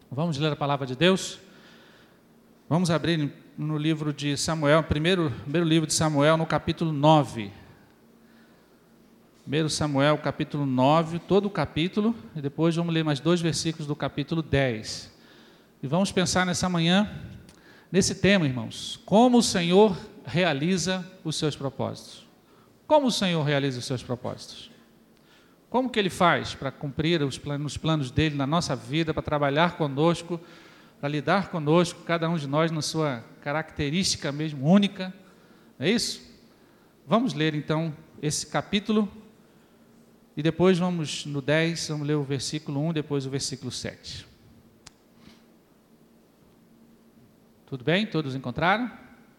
Vamos ler a palavra de Deus? Vamos abrir no livro de Samuel, primeiro livro de Samuel, no capítulo 9. 1 Samuel, capítulo 9, todo o capítulo, e depois vamos ler mais 2 versículos do capítulo 10. E vamos pensar nessa manhã, nesse tema, irmãos, como o Senhor realiza os seus propósitos. Como o Senhor realiza os seus propósitos? Como que Ele faz para cumprir os planos dEle na nossa vida, para trabalhar conosco, para lidar conosco, cada um de nós na sua característica mesmo única? É isso? Vamos ler então esse capítulo e depois vamos no 10, vamos ler o versículo 1, depois o versículo 7. Tudo bem? Todos encontraram?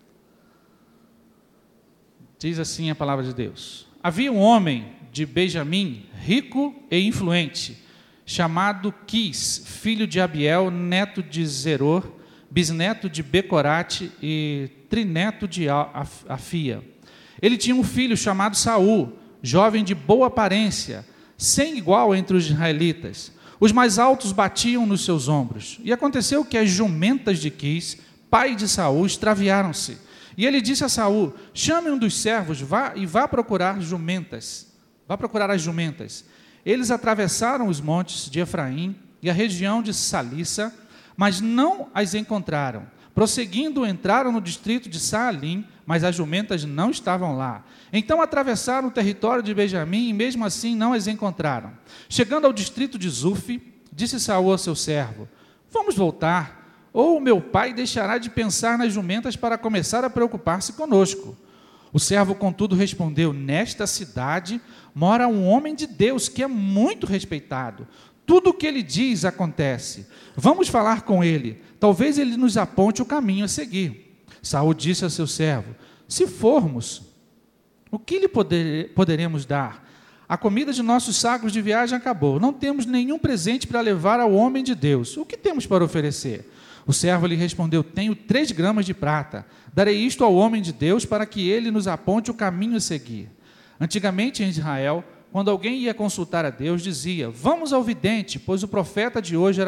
Diz assim a palavra de Deus: Havia um homem de Benjamim, rico e influente, chamado Quis, filho de Abiel, neto de Zeror, bisneto de Becorate e trineto de Afia. Ele tinha um filho chamado Saul, jovem de boa aparência, sem igual entre os israelitas. Os mais altos batiam nos seus ombros. E aconteceu que as jumentas de Quis, pai de Saul, extraviaram-se. E ele disse a Saul: chame um dos servos, vá procurar jumentas. Vá procurar as jumentas. Eles atravessaram os montes de Efraim e a região de Salissa, mas não as encontraram. Prosseguindo, entraram no distrito de Saalim, mas as jumentas não estavam lá. Então atravessaram o território de Benjamim e mesmo assim não as encontraram. Chegando ao distrito de Zuf, disse Saul ao seu servo: vamos voltar, ou meu pai deixará de pensar nas jumentas para começar a preocupar-se conosco. O servo, contudo, respondeu: nesta cidade mora um homem de Deus que é muito respeitado. Tudo o que ele diz acontece. Vamos falar com ele. Talvez ele nos aponte o caminho a seguir. Saul disse a seu servo: se formos, o que lhe poderemos dar? A comida de nossos sacos de viagem acabou. Não temos nenhum presente para levar ao homem de Deus. O que temos para oferecer? O servo lhe respondeu: tenho 3 gramas de prata. Darei isto ao homem de Deus para que ele nos aponte o caminho a seguir. Antigamente em Israel, quando alguém ia consultar a Deus, dizia: vamos ao vidente, pois o profeta de hoje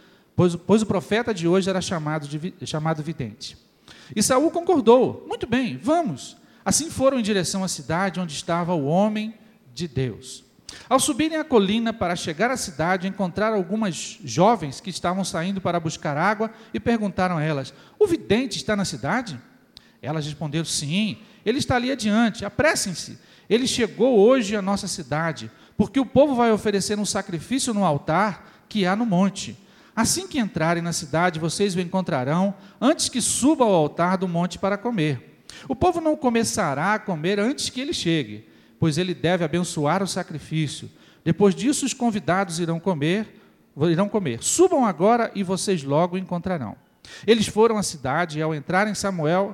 era chamado vidente. E Saul concordou: muito bem, vamos. Assim foram em direção à cidade onde estava o homem de Deus. Ao subirem a colina para chegar à cidade, encontraram algumas jovens que estavam saindo para buscar água e perguntaram a elas: o vidente está na cidade? Elas responderam: sim, ele está ali adiante, apressem-se. Ele chegou hoje à nossa cidade, porque o povo vai oferecer um sacrifício no altar que há no monte. Assim que entrarem na cidade, vocês o encontrarão antes que suba ao altar do monte para comer. O povo não começará a comer antes que ele chegue, pois ele deve abençoar o sacrifício. Depois disso, os convidados irão comer. Subam agora e vocês logo o encontrarão. Eles foram à cidade e ao entrarem Samuel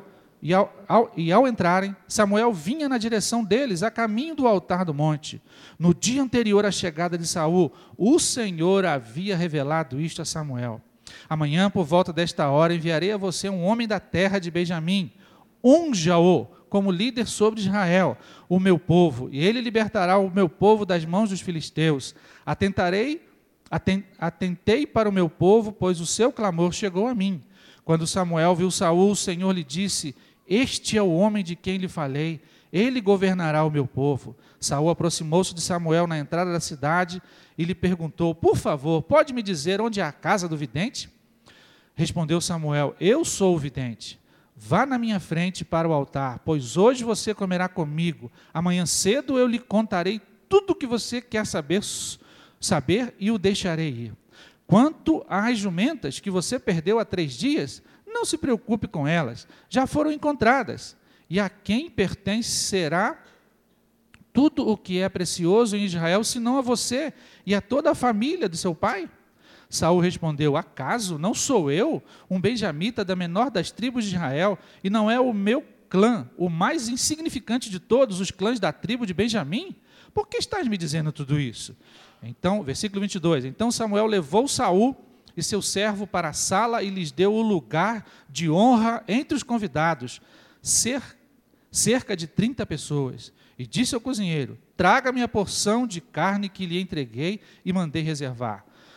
vinha na direção deles, a caminho do altar do monte. No dia anterior à chegada de Saul, o Senhor havia revelado isto a Samuel: amanhã, por volta desta hora, enviarei a você um homem da terra de Benjamim. Unja-o como líder sobre Israel, o meu povo, e ele libertará o meu povo das mãos dos filisteus. Atentei para o meu povo, pois o seu clamor chegou a mim. Quando Samuel viu Saul, o Senhor lhe disse: este é o homem de quem lhe falei, ele governará o meu povo. Saul aproximou-se de Samuel na entrada da cidade e lhe perguntou: por favor, pode me dizer onde é a casa do vidente? Respondeu Samuel: eu sou o vidente. Vá na minha frente para o altar, pois hoje você comerá comigo. Amanhã cedo eu lhe contarei tudo o que você quer saber e o deixarei ir. Quanto às jumentas que você perdeu há 3 dias, não se preocupe com elas, já foram encontradas. E a quem pertencerá tudo o que é precioso em Israel, senão a você e a toda a família de seu pai? Saul respondeu: acaso não sou eu, um benjamita da menor das tribos de Israel, e não é o meu clã, o mais insignificante de todos os clãs da tribo de Benjamim? Por que estás me dizendo tudo isso? Então, versículo 22, então Samuel levou Saul e seu servo para a sala e lhes deu o lugar de honra entre os convidados, cerca de 30 pessoas. E disse ao cozinheiro: traga-me a porção de carne que lhe entreguei e mandei reservar.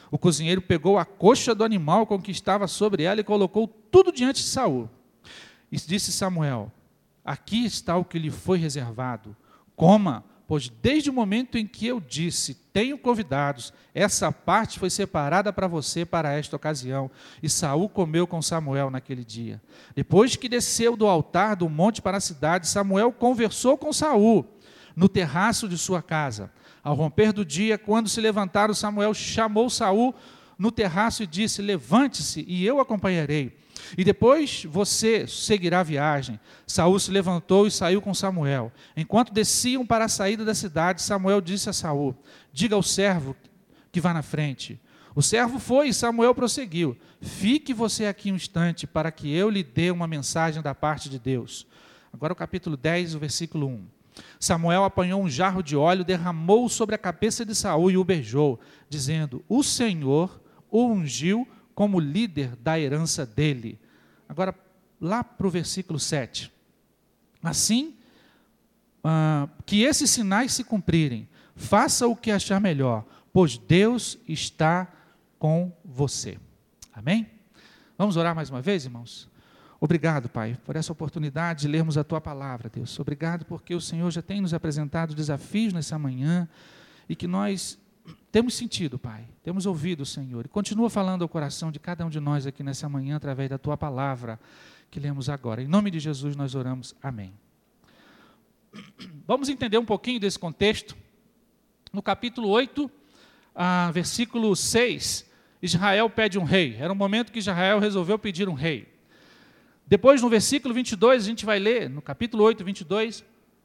O cozinheiro pegou a coxa do animal com que estava sobre ela e colocou tudo diante de Saul. E disse Samuel: aqui está o que lhe foi reservado. Coma, pois desde o momento em que eu disse, tenho convidados, essa parte foi separada para você para esta ocasião. E Saul comeu com Samuel naquele dia. Depois que desceu do altar do monte para a cidade, Samuel conversou com Saul no terraço de sua casa. Ao romper do dia, quando se levantaram, Samuel chamou Saul no terraço e disse: levante-se e eu acompanharei. E depois você seguirá a viagem. Saul se levantou e saiu com Samuel. Enquanto desciam para a saída da cidade, Samuel disse a Saul: diga ao servo que vá na frente. O servo foi e Samuel prosseguiu: fique você aqui um instante para que eu lhe dê uma mensagem da parte de Deus. Agora o capítulo 10, o versículo 1. Samuel apanhou um jarro de óleo, derramou sobre a cabeça de Saul e o beijou, dizendo: o Senhor o ungiu como líder da herança dele. Agora, lá para o versículo 7. Assim, que esses sinais se cumprirem, faça o que achar melhor, pois Deus está com você. Amém? Vamos orar mais uma vez, irmãos? Obrigado, Pai, por essa oportunidade de lermos a Tua palavra, Deus. Obrigado porque o Senhor já tem nos apresentado desafios nessa manhã e que nós temos sentido, Pai, temos ouvido o Senhor. E continua falando ao coração de cada um de nós aqui nessa manhã através da Tua palavra que lemos agora. Em nome de Jesus nós oramos. Amém. Vamos entender um pouquinho desse contexto. No capítulo 8, versículo 6, Israel pede um rei. Era um momento que Israel resolveu pedir um rei. Depois, no versículo 22, a gente vai ler, no capítulo 8, 22,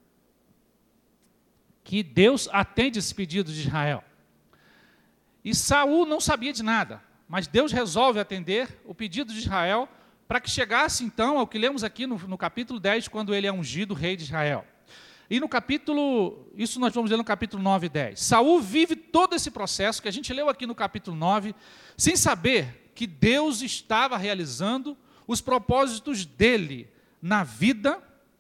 que Deus atende esse pedido de Israel. E Saul não sabia de nada, mas Deus resolve atender o pedido de Israel para que chegasse, então, ao que lemos aqui no capítulo 10, quando ele é ungido rei de Israel. E no capítulo, isso nós vamos ler no capítulo 9 e 10. Saul vive todo esse processo que a gente leu aqui no capítulo 9, sem saber que Deus estava realizando os propósitos dele na vida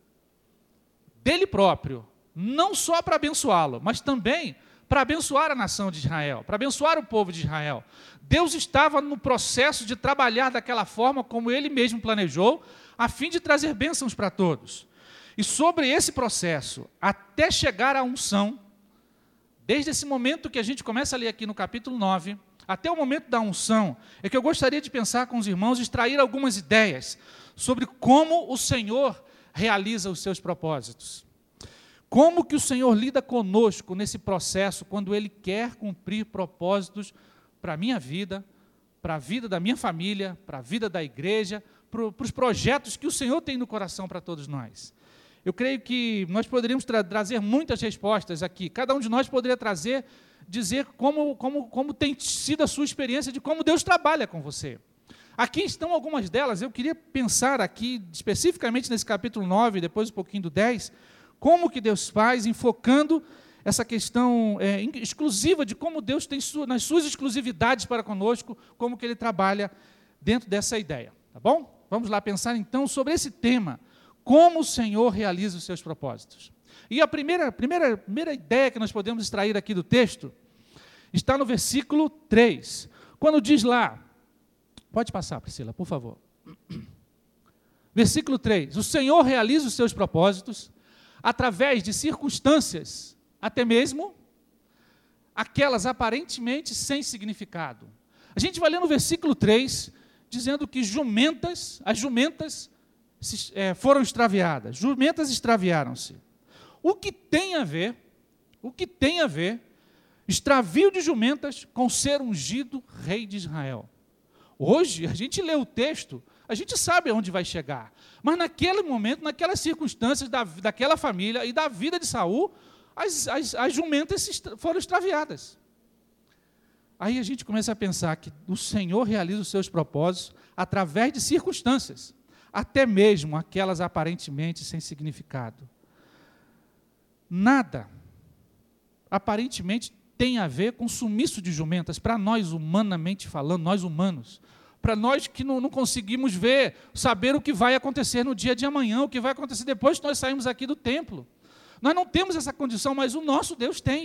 dele próprio, não só para abençoá-lo, mas também para abençoar a nação de Israel, para abençoar o povo de Israel. Deus estava no processo de trabalhar daquela forma como ele mesmo planejou, a fim de trazer bênçãos para todos. E sobre esse processo, até chegar à unção, desde esse momento que a gente começa a ler aqui no capítulo 9, até o momento da unção, é que eu gostaria de pensar com os irmãos, extrair algumas ideias sobre como o Senhor realiza os seus propósitos. Como que o Senhor lida conosco nesse processo, quando Ele quer cumprir propósitos para a minha vida, para a vida da minha família, para a vida da igreja, para os projetos que o Senhor tem no coração para todos nós. Eu creio que nós poderíamos trazer muitas respostas aqui. Cada um de nós poderia dizer como tem sido a sua experiência de como Deus trabalha com você. Aqui estão algumas delas. Eu queria pensar aqui, especificamente nesse capítulo 9, depois um pouquinho do 10, como que Deus faz, enfocando essa questão exclusiva de como Deus tem nas suas exclusividades para conosco, como que Ele trabalha dentro dessa ideia. Tá bom? Vamos lá pensar então sobre esse tema, como o Senhor realiza os seus propósitos. E a primeira ideia que nós podemos extrair aqui do texto está no versículo 3, quando diz lá, pode passar, Priscila, por favor. Versículo 3, o Senhor realiza os seus propósitos através de circunstâncias, até mesmo aquelas aparentemente sem significado. A gente vai ler no versículo 3, dizendo que as jumentas foram extraviadas, jumentas extraviaram-se. O que tem a ver, extravio de jumentas com ser ungido rei de Israel? Hoje, a gente lê o texto, a gente sabe aonde vai chegar, mas naquele momento, naquelas circunstâncias daquela família e da vida de Saul, as jumentas foram extraviadas. Aí a gente começa a pensar que o Senhor realiza os seus propósitos através de circunstâncias, até mesmo aquelas aparentemente sem significado. Nada, aparentemente, tem a ver com sumiço de jumentas, para nós, humanamente falando, nós humanos, para nós que não conseguimos saber o que vai acontecer no dia de amanhã, o que vai acontecer depois que nós saímos aqui do templo. Nós não temos essa condição, mas o nosso Deus tem.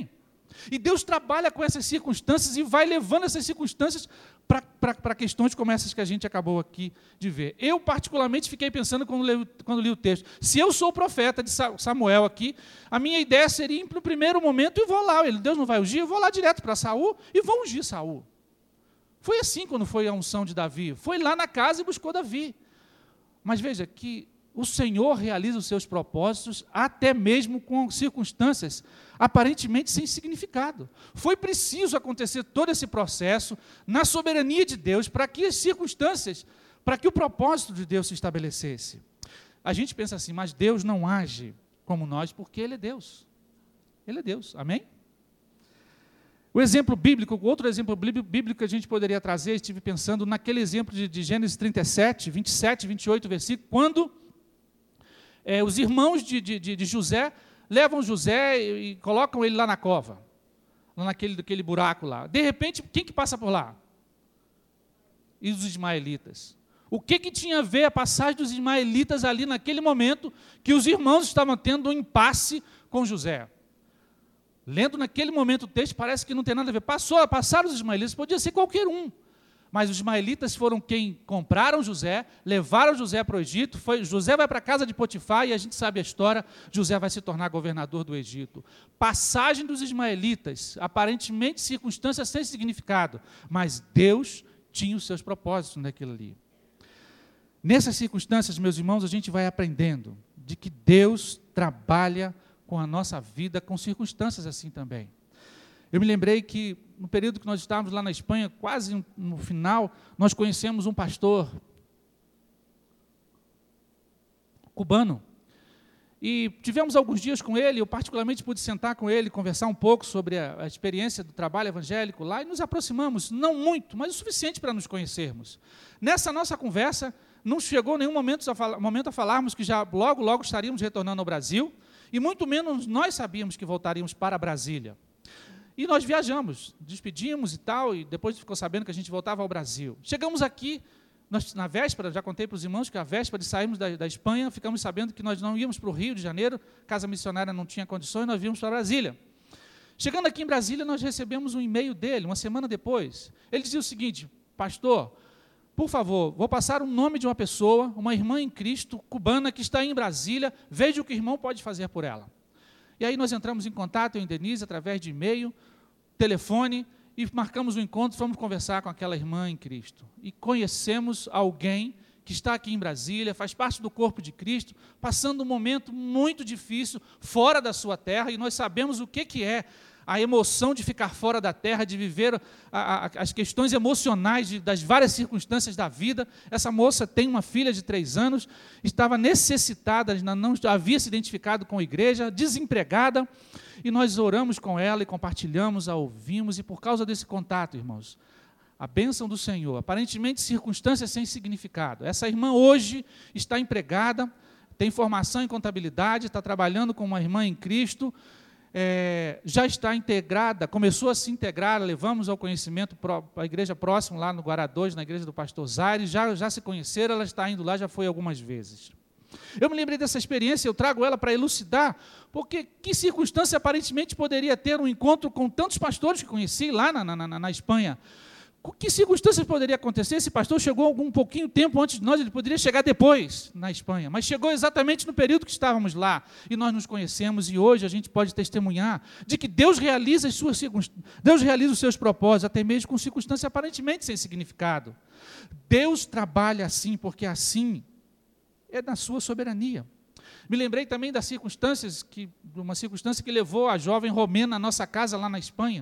E Deus trabalha com essas circunstâncias e vai levando essas circunstâncias para questões como essas que a gente acabou aqui de ver. Eu, particularmente, fiquei pensando quando li o texto. Se eu sou o profeta de Samuel aqui, a minha ideia seria ir para o primeiro momento e vou lá. Deus não vai ungir, eu vou lá direto para Saul e vou ungir Saul. Foi assim quando foi a unção de Davi. Foi lá na casa e buscou Davi. Mas veja que o Senhor realiza os seus propósitos até mesmo com circunstâncias aparentemente sem significado. Foi preciso acontecer todo esse processo na soberania de Deus para que as circunstâncias, para que o propósito de Deus se estabelecesse. A gente pensa assim, mas Deus não age como nós porque Ele é Deus. Ele é Deus, amém? O exemplo bíblico, outro exemplo bíblico que a gente poderia trazer, estive pensando naquele exemplo de Gênesis 37, 27, 28 versículo, quando os irmãos de José levam José e colocam ele lá na cova, lá naquele buraco lá. De repente, quem que passa por lá? E os ismaelitas. O que tinha a ver a passagem dos ismaelitas ali naquele momento que os irmãos estavam tendo um impasse com José? Lendo naquele momento o texto, parece que não tem nada a ver. Passaram os ismaelitas, podia ser qualquer um. Mas os ismaelitas foram quem compraram José, levaram José para o Egito, José vai para a casa de Potifar, e a gente sabe a história, José vai se tornar governador do Egito. Passagem dos ismaelitas, aparentemente circunstâncias sem significado, mas Deus tinha os seus propósitos naquilo ali. Nessas circunstâncias, meus irmãos, a gente vai aprendendo de que Deus trabalha com a nossa vida, com circunstâncias assim também. Eu me lembrei que, no período que nós estávamos lá na Espanha, quase no final, nós conhecemos um pastor cubano. E tivemos alguns dias com ele, eu particularmente pude sentar com ele, conversar um pouco sobre a experiência do trabalho evangélico lá, e nos aproximamos, não muito, mas o suficiente para nos conhecermos. Nessa nossa conversa, não chegou nenhum momento a falarmos que já logo estaríamos retornando ao Brasil, e muito menos nós sabíamos que voltaríamos para Brasília. E nós viajamos, despedimos e tal, e depois ficou sabendo que a gente voltava ao Brasil. Chegamos aqui, na véspera, já contei para os irmãos que a véspera de sairmos da Espanha, ficamos sabendo que nós não íamos para o Rio de Janeiro, casa missionária não tinha condições, nós íamos para Brasília. Chegando aqui em Brasília, nós recebemos um e-mail dele, uma semana depois. Ele dizia o seguinte: pastor, por favor, vou passar o nome de uma pessoa, uma irmã em Cristo, cubana, que está em Brasília, veja o que o irmão pode fazer por ela. E aí nós entramos em contato, eu e Denise, através de e-mail, telefone, e marcamos um encontro, fomos conversar com aquela irmã em Cristo. E conhecemos alguém que está aqui em Brasília, faz parte do corpo de Cristo, passando um momento muito difícil, fora da sua terra, e nós sabemos o que é a emoção de ficar fora da terra, de viver as questões emocionais das várias circunstâncias da vida. Essa moça tem uma filha de 3 anos, estava necessitada, não havia se identificado com a igreja, desempregada, e nós oramos com ela e compartilhamos, a ouvimos, e por causa desse contato, irmãos, a bênção do Senhor, aparentemente circunstâncias sem significado. Essa irmã hoje está empregada, tem formação em contabilidade, está trabalhando com uma irmã em Cristo, já está integrada, começou a se integrar, levamos ao conhecimento a igreja próxima, lá no Guará 2, na igreja do pastor Zaires, já se conheceram, ela está indo lá, já foi algumas vezes. Eu me lembrei dessa experiência, eu trago ela para elucidar, porque que circunstância aparentemente poderia ter um encontro com tantos pastores que conheci lá na Espanha? Que circunstâncias poderia acontecer? Esse pastor chegou um pouquinho tempo antes de nós, ele poderia chegar depois na Espanha, mas chegou exatamente no período que estávamos lá, e nós nos conhecemos, e hoje a gente pode testemunhar de que Deus realiza os seus propósitos, até mesmo com circunstâncias aparentemente sem significado. Deus trabalha assim, porque assim é na sua soberania. Me lembrei também das circunstâncias, uma circunstância que levou a jovem Romena à nossa casa lá na Espanha.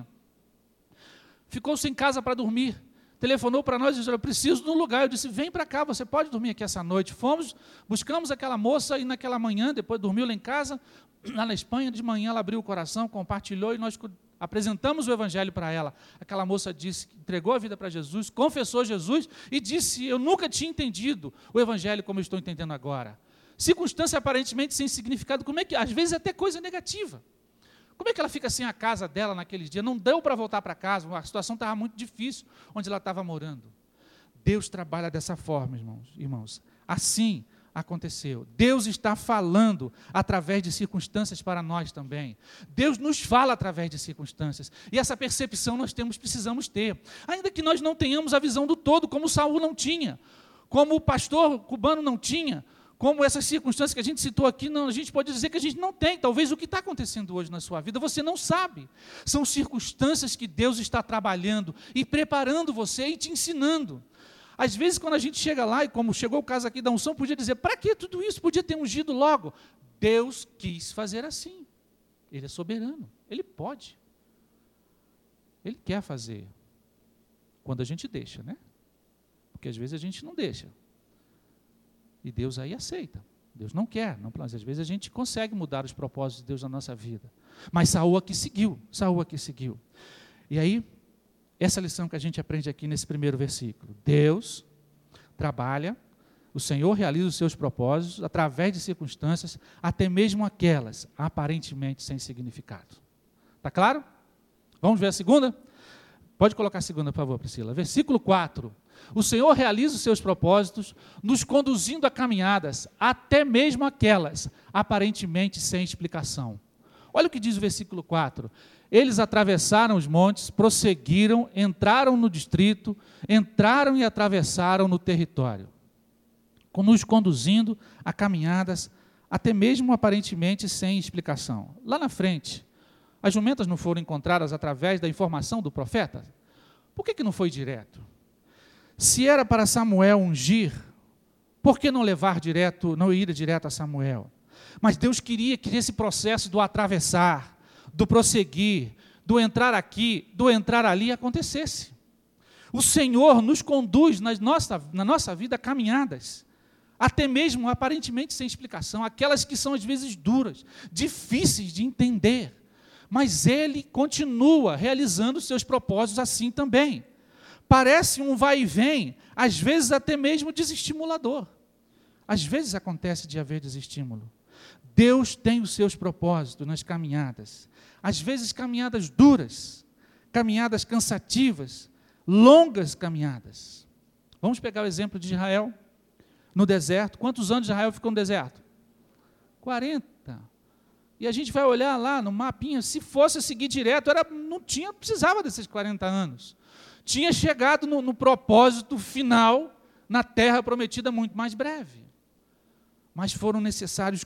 Ficou sem casa para dormir, telefonou para nós e disse: eu preciso de um lugar. Eu disse: vem para cá, você pode dormir aqui essa noite. Fomos, buscamos aquela moça, e naquela manhã, depois dormiu lá em casa, lá na Espanha, de manhã ela abriu o coração, compartilhou, e nós apresentamos o Evangelho para ela. Aquela moça disse que entregou a vida para Jesus, confessou Jesus, e disse: eu nunca tinha entendido o Evangelho como eu estou entendendo agora. Circunstância aparentemente sem significado, como é que, às vezes até coisa negativa. Como é que ela fica sem a casa dela naqueles dias? Não deu para voltar para casa, a situação estava muito difícil onde ela estava morando. Deus trabalha dessa forma, irmãos. Assim, aconteceu. Deus está falando através de circunstâncias para nós também. Deus nos fala através de circunstâncias. E essa percepção nós precisamos ter. Ainda que nós não tenhamos a visão do todo, como Saul não tinha, como o pastor cubano não tinha, como essas circunstâncias que a gente citou aqui, não, a gente pode dizer que a gente não tem. Talvez o que está acontecendo hoje na sua vida, você não sabe. São circunstâncias que Deus está trabalhando e preparando você e te ensinando. Às vezes, quando a gente chega lá, e como chegou o caso aqui da unção, podia dizer, para que tudo isso? Podia ter ungido logo. Deus quis fazer assim. Ele é soberano. Ele pode. Ele quer fazer. Quando a gente deixa, né? Porque às vezes a gente não deixa. E Deus aí aceita. Deus não quer. Não, mas às vezes a gente consegue mudar os propósitos de Deus na nossa vida. Mas Saul aqui seguiu. Saul aqui seguiu. E aí, essa lição que a gente aprende aqui nesse primeiro versículo. Deus trabalha, o Senhor realiza os seus propósitos através de circunstâncias, até mesmo aquelas aparentemente sem significado. Está claro? Vamos ver a segunda? Pode colocar a segunda, por favor, Priscila. Versículo 4. O Senhor realiza os seus propósitos, nos conduzindo a caminhadas, até mesmo aquelas aparentemente sem explicação. Olha o que diz o versículo 4. Eles atravessaram os montes, prosseguiram, entraram no distrito, entraram e atravessaram no território, nos conduzindo a caminhadas, até mesmo aparentemente sem explicação. Lá na frente, as jumentas não foram encontradas através da informação do profeta? Por que não foi direto? Se era para Samuel ungir, por que não ir direto a Samuel? Mas Deus queria que esse processo do atravessar, do prosseguir, do entrar aqui, do entrar ali acontecesse. O Senhor nos conduz na nossa vida a caminhadas, até mesmo aparentemente sem explicação, aquelas que são às vezes duras, difíceis de entender, mas Ele continua realizando os seus propósitos assim também. Parece um vai e vem, às vezes até mesmo desestimulador. Às vezes acontece de haver desestímulo. Deus tem os seus propósitos nas caminhadas. Às vezes caminhadas duras, caminhadas cansativas, longas caminhadas. Vamos pegar o exemplo de Israel no deserto. Quantos anos Israel ficou no deserto? 40. E a gente vai olhar lá no mapinha, se fosse seguir direto, não precisava desses 40 anos. Tinha chegado no propósito final, na terra prometida, muito mais breve. Mas foram necessários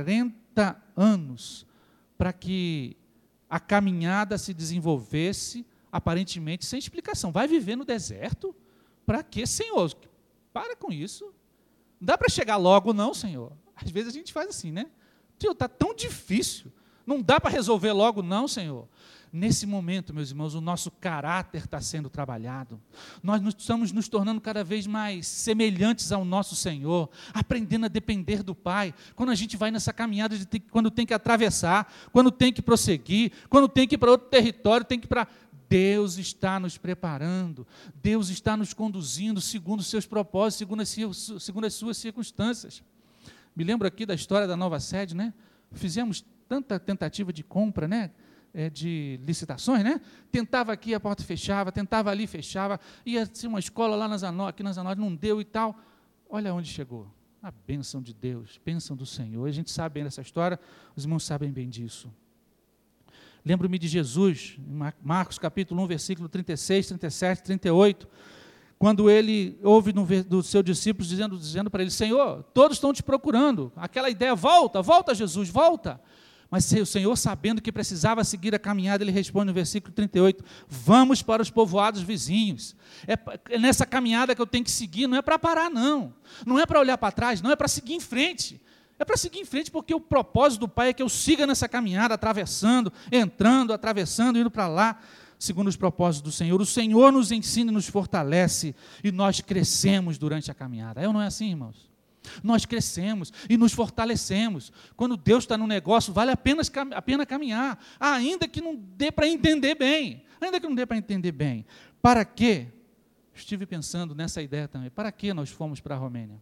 40 anos para que a caminhada se desenvolvesse, aparentemente sem explicação. Vai viver no deserto? Para quê, Senhor? Para com isso. Não dá para chegar logo, não, Senhor. Às vezes a gente faz assim, né? Senhor, está tão difícil. Não dá para resolver logo, não, Senhor. Nesse momento, meus irmãos, o nosso caráter está sendo trabalhado. Nós estamos nos tornando cada vez mais semelhantes ao nosso Senhor, aprendendo a depender do Pai. Quando a gente vai nessa caminhada, quando tem que atravessar, quando tem que prosseguir, quando tem que ir para outro território, tem que ir para... Deus está nos preparando, Deus está nos conduzindo segundo os seus propósitos, segundo as suas circunstâncias. Me lembro aqui da história da nova sede, né? Fizemos tanta tentativa de compra, né? De licitações, né? Tentava aqui, a porta fechava, tentava ali, fechava, ia ser uma escola lá aqui nas Anós, não deu e tal. Olha onde chegou. A bênção de Deus, bênção do Senhor. A gente sabe bem dessa história, os irmãos sabem bem disso. Lembro-me de Jesus, em Marcos capítulo 1, versículo 36, 37, 38, quando ele ouve dos seus discípulos dizendo para ele, Senhor, todos estão te procurando. Aquela ideia, volta Jesus, volta. Mas o Senhor, sabendo que precisava seguir a caminhada, ele responde no versículo 38, vamos para os povoados vizinhos. É nessa caminhada que eu tenho que seguir, não é para parar, não. Não é para olhar para trás, não é para seguir em frente. É para seguir em frente porque o propósito do Pai é que eu siga nessa caminhada, atravessando, entrando, atravessando, indo para lá, segundo os propósitos do Senhor. O Senhor nos ensina e nos fortalece e nós crescemos durante a caminhada. É ou não é assim, irmãos? Nós crescemos e nos fortalecemos. Quando Deus está no negócio, vale a pena caminhar, ainda que não dê para entender bem. Ainda que não dê para entender bem. Para quê? Estive pensando nessa ideia também. Para que nós fomos para a Romênia?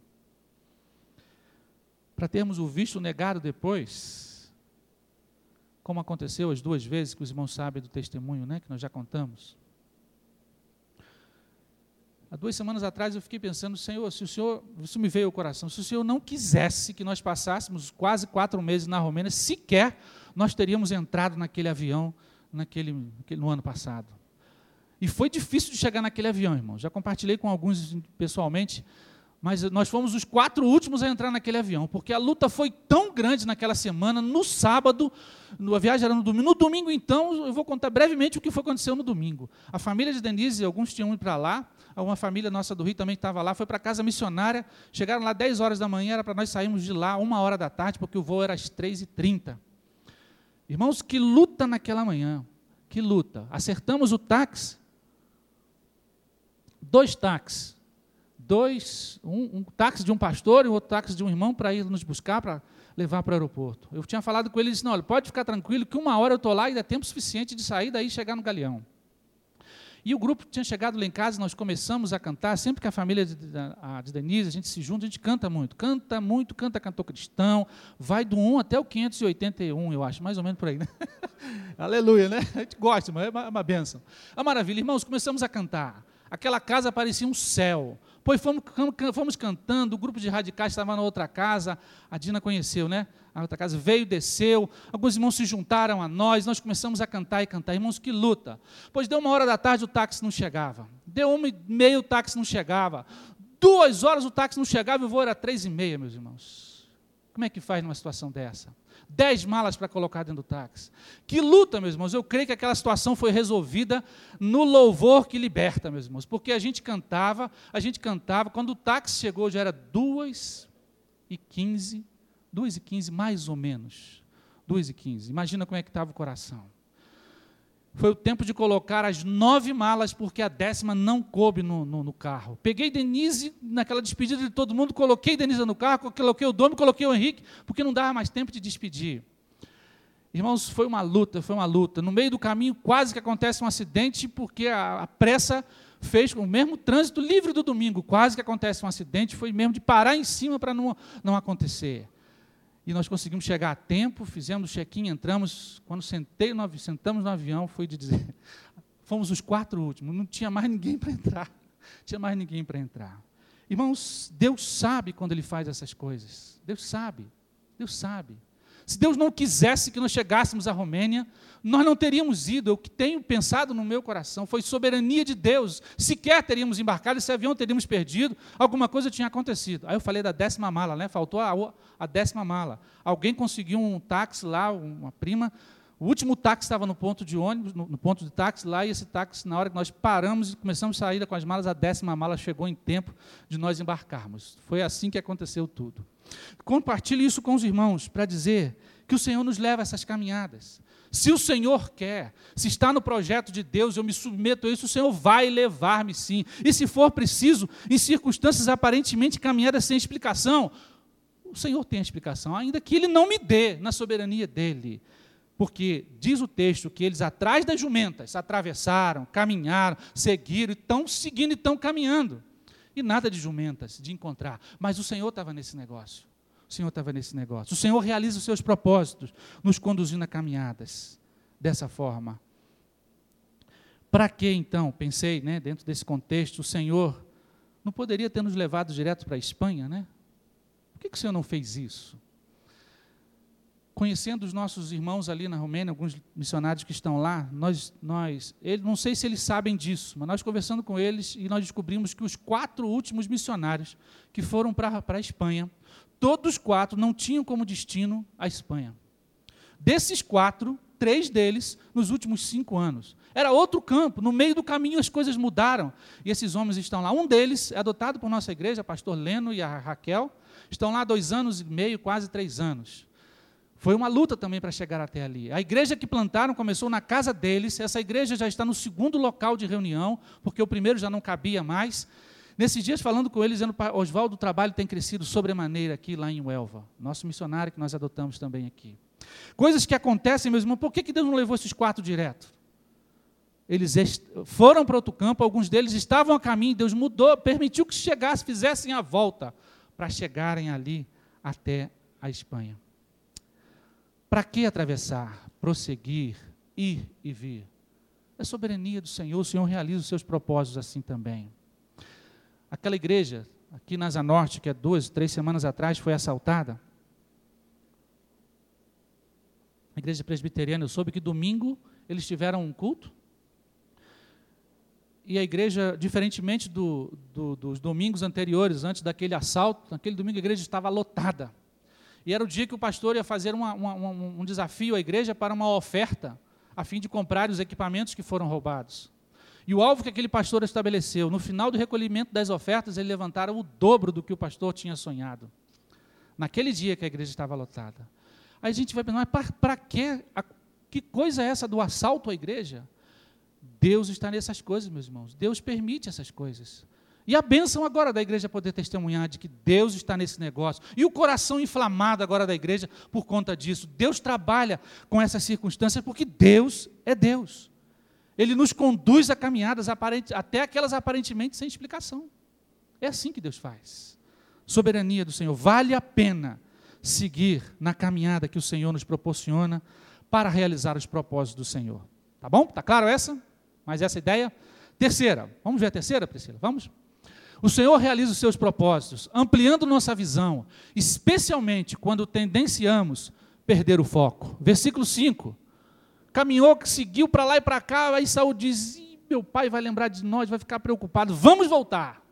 Para termos o visto negado depois, como aconteceu as 2 vezes, que os irmãos sabem do testemunho, né, que nós já contamos. Há 2 semanas atrás eu fiquei pensando, Senhor, isso me veio ao coração, se o Senhor não quisesse que nós passássemos quase 4 meses na Romênia, sequer nós teríamos entrado naquele avião no ano passado. E foi difícil de chegar naquele avião, irmão. Já compartilhei com alguns pessoalmente, mas nós fomos os 4 últimos a entrar naquele avião, porque a luta foi tão grande naquela semana, no sábado, a viagem era no domingo. No domingo, então, eu vou contar brevemente o que aconteceu no domingo. A família de Denise, alguns tinham ido para lá, uma família nossa do Rio também estava lá, foi para a casa missionária, chegaram lá 10 horas da manhã, era para nós sairmos de lá 1 hora da tarde, porque o voo era às 3h30. Irmãos, que luta naquela manhã, que luta. Acertamos o táxi, 2 táxis, um táxi de um pastor e outro táxi de um irmão para ir nos buscar, para levar para o aeroporto. Eu tinha falado com ele, ele disse, não, olha, pode ficar tranquilo que 1 hora eu estou lá e dá tempo suficiente de sair daí e chegar no Galeão. E o grupo tinha chegado lá em casa, nós começamos a cantar, sempre que a família de Denise, a gente se junta, a gente canta muito, canta cantor cristão, vai do 1 até o 581, eu acho, mais ou menos por aí, né? Aleluia, né? A gente gosta, mas é uma bênção. A maravilha, irmãos, começamos a cantar. Aquela casa parecia um céu. Pois fomos cantando, o grupo de radicais estava na outra casa, a Dina conheceu, né? A outra casa veio, desceu, alguns irmãos se juntaram a nós começamos a cantar e cantar. Irmãos, que luta. Pois deu 1 hora da tarde, o táxi não chegava. Deu 1h30, o táxi não chegava. 2 horas o táxi não chegava e o voo era 3h30, meus irmãos. Como é que faz numa situação dessa? 10 malas para colocar dentro do táxi. Que luta, meus irmãos. Eu creio que aquela situação foi resolvida no louvor que liberta, meus irmãos. Porque a gente cantava, quando o táxi chegou já era 2h15, mais ou menos. 2h15. Imagina como é que estava o coração. Foi o tempo de colocar as 9 malas, porque a 10ª não coube no carro. Peguei Denise, naquela despedida de todo mundo, coloquei Denise no carro, coloquei o Domi, coloquei o Henrique, porque não dava mais tempo de despedir. Irmãos, foi uma luta. No meio do caminho, quase que acontece um acidente, porque a pressa fez com o mesmo trânsito livre do domingo, quase que acontece um acidente, foi mesmo de parar em cima para não acontecer. E nós conseguimos chegar a tempo, fizemos o check-in, entramos, quando sentamos no avião, foi de dizer, fomos os 4 últimos, não tinha mais ninguém para entrar. Irmãos, Deus sabe quando Ele faz essas coisas, Deus sabe. Se Deus não quisesse que nós chegássemos à Romênia, nós não teríamos ido. O que tenho pensado no meu coração foi soberania de Deus. Sequer teríamos embarcado, esse avião teríamos perdido, alguma coisa tinha acontecido. Aí eu falei da 10ª mala, né? Faltou a 10ª mala. Alguém conseguiu um táxi lá, uma prima. O último táxi estava no ponto de ônibus, no ponto de táxi lá, e esse táxi, na hora que nós paramos e começamos a sair com as malas, a 10ª mala chegou em tempo de nós embarcarmos. Foi assim que aconteceu tudo. Compartilhe isso com os irmãos, para dizer que o Senhor nos leva a essas caminhadas. Se o Senhor quer, se está no projeto de Deus, eu me submeto a isso, o Senhor vai levar-me sim. E se for preciso, em circunstâncias aparentemente caminhadas sem explicação, o Senhor tem a explicação, ainda que Ele não me dê na soberania dEle. Porque diz o texto que eles atrás das jumentas atravessaram, caminharam, seguiram, e estão seguindo e estão caminhando. E nada de jumentas, de encontrar. Mas o Senhor estava nesse negócio. O Senhor realiza os seus propósitos, nos conduzindo a caminhadas dessa forma. Para que então, pensei, né, dentro desse contexto, o Senhor não poderia ter nos levado direto para a Espanha, né? Por que o Senhor não fez isso? Conhecendo os nossos irmãos ali na Romênia, alguns missionários que estão lá, não sei se eles sabem disso, mas nós conversando com eles e nós descobrimos que os 4 últimos missionários que foram para a Espanha, todos 4 não tinham como destino a Espanha. Desses 4, 3 deles nos últimos 5 anos. Era outro campo, no meio do caminho as coisas mudaram, e esses homens estão lá. Um deles é adotado por nossa igreja, pastor Leno e a Raquel, estão lá há 2 anos e meio, quase 3 anos. Foi uma luta também para chegar até ali. A igreja que plantaram começou na casa deles, essa igreja já está no 2º local de reunião, porque o primeiro já não cabia mais. Nesses dias, falando com eles, dizendo, Oswaldo, o trabalho tem crescido sobremaneira aqui lá em Uelva, nosso missionário que nós adotamos também aqui. Coisas que acontecem, meus irmãos, por que Deus não levou esses 4 direto? Eles foram para outro campo, alguns deles estavam a caminho, Deus mudou, permitiu que chegassem, fizessem a volta, para chegarem ali até a Espanha. Para que atravessar, prosseguir, ir e vir? É soberania do Senhor, o Senhor realiza os seus propósitos assim também. aquela igreja aqui na Asa Norte, que há 2, 3 semanas atrás foi assaltada, a igreja presbiteriana, eu soube que domingo eles tiveram um culto, e a igreja, diferentemente dos domingos anteriores, antes daquele assalto, naquele domingo a igreja estava lotada. E era o dia que o pastor ia fazer um desafio à igreja para uma oferta, a fim de comprar os equipamentos que foram roubados. E o alvo que aquele pastor estabeleceu, no final do recolhimento das ofertas, eles levantaram o dobro do que o pastor tinha sonhado. Naquele dia que a igreja estava lotada. Aí a gente vai pensar, mas para quê? Que coisa é essa do assalto à igreja? Deus está nessas coisas, meus irmãos. Deus permite essas coisas. E a bênção agora da igreja poder testemunhar de que Deus está nesse negócio. E o coração inflamado agora da igreja por conta disso. Deus trabalha com essas circunstâncias porque Deus é Deus. Ele nos conduz a caminhadas até aquelas aparentemente sem explicação. É assim que Deus faz. Soberania do Senhor. Vale a pena seguir na caminhada que o Senhor nos proporciona para realizar os propósitos do Senhor. Tá bom? Tá claro essa? Mas essa ideia? Terceira. Vamos ver a terceira, Priscila? Vamos? O Senhor realiza os seus propósitos, ampliando nossa visão, especialmente quando tendenciamos perder o foco. Versículo 5. Caminhou, seguiu para lá e para cá, aí Saul diz, meu pai vai lembrar de nós, vai ficar preocupado, vamos voltar.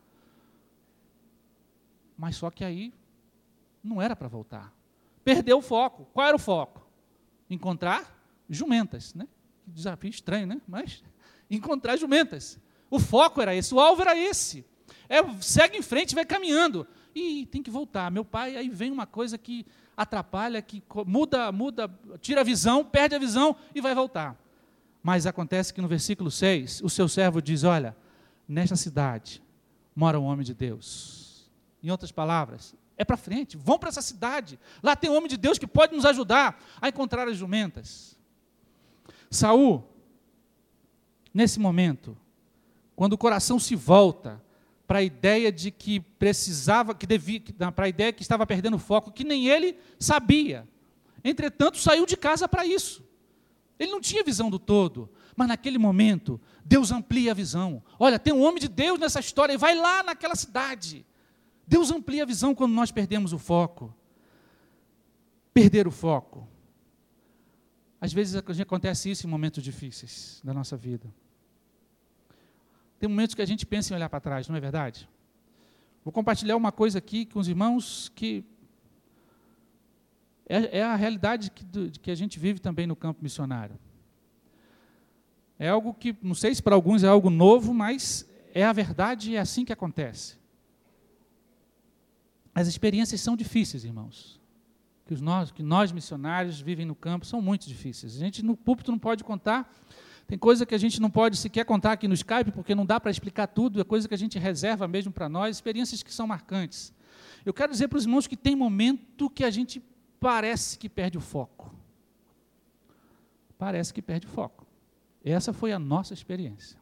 Mas só que aí não era para voltar. Perdeu o foco. Qual era o foco? Encontrar jumentas, né? Que desafio estranho, né? Mas encontrar jumentas. O foco era esse, o alvo era esse. Segue em frente, vai caminhando. E tem que voltar. Meu pai, aí vem uma coisa que atrapalha, que muda, tira a visão, perde a visão e vai voltar. Mas acontece que no versículo 6, o seu servo diz, olha, nesta cidade mora um homem de Deus. Em outras palavras, é para frente, vão para essa cidade. Lá tem um homem de Deus que pode nos ajudar a encontrar as jumentas. Saul, nesse momento, quando o coração se volta para a ideia de que precisava, para a ideia que estava perdendo foco, que nem ele sabia. Entretanto, saiu de casa para isso. Ele não tinha visão do todo, mas naquele momento, Deus amplia a visão. Olha, tem um homem de Deus nessa história, e vai lá naquela cidade. Deus amplia a visão quando nós perdemos o foco. Perder o foco. Às vezes acontece isso em momentos difíceis da nossa vida. Tem momentos que a gente pensa em olhar para trás, não é verdade? Vou compartilhar uma coisa aqui com os irmãos que é a realidade que a gente vive também no campo missionário. É algo que, não sei se para alguns é algo novo, mas é a verdade e é assim que acontece. As experiências são difíceis, irmãos. Que nós missionários vivem no campo são muito difíceis. A gente no púlpito não pode contar. Tem coisa que a gente não pode sequer contar aqui no Skype, porque não dá para explicar tudo, é coisa que a gente reserva mesmo para nós, experiências que são marcantes. Eu quero dizer para os irmãos que tem momento que a gente parece que perde o foco. Parece que perde o foco. Essa foi a nossa experiência.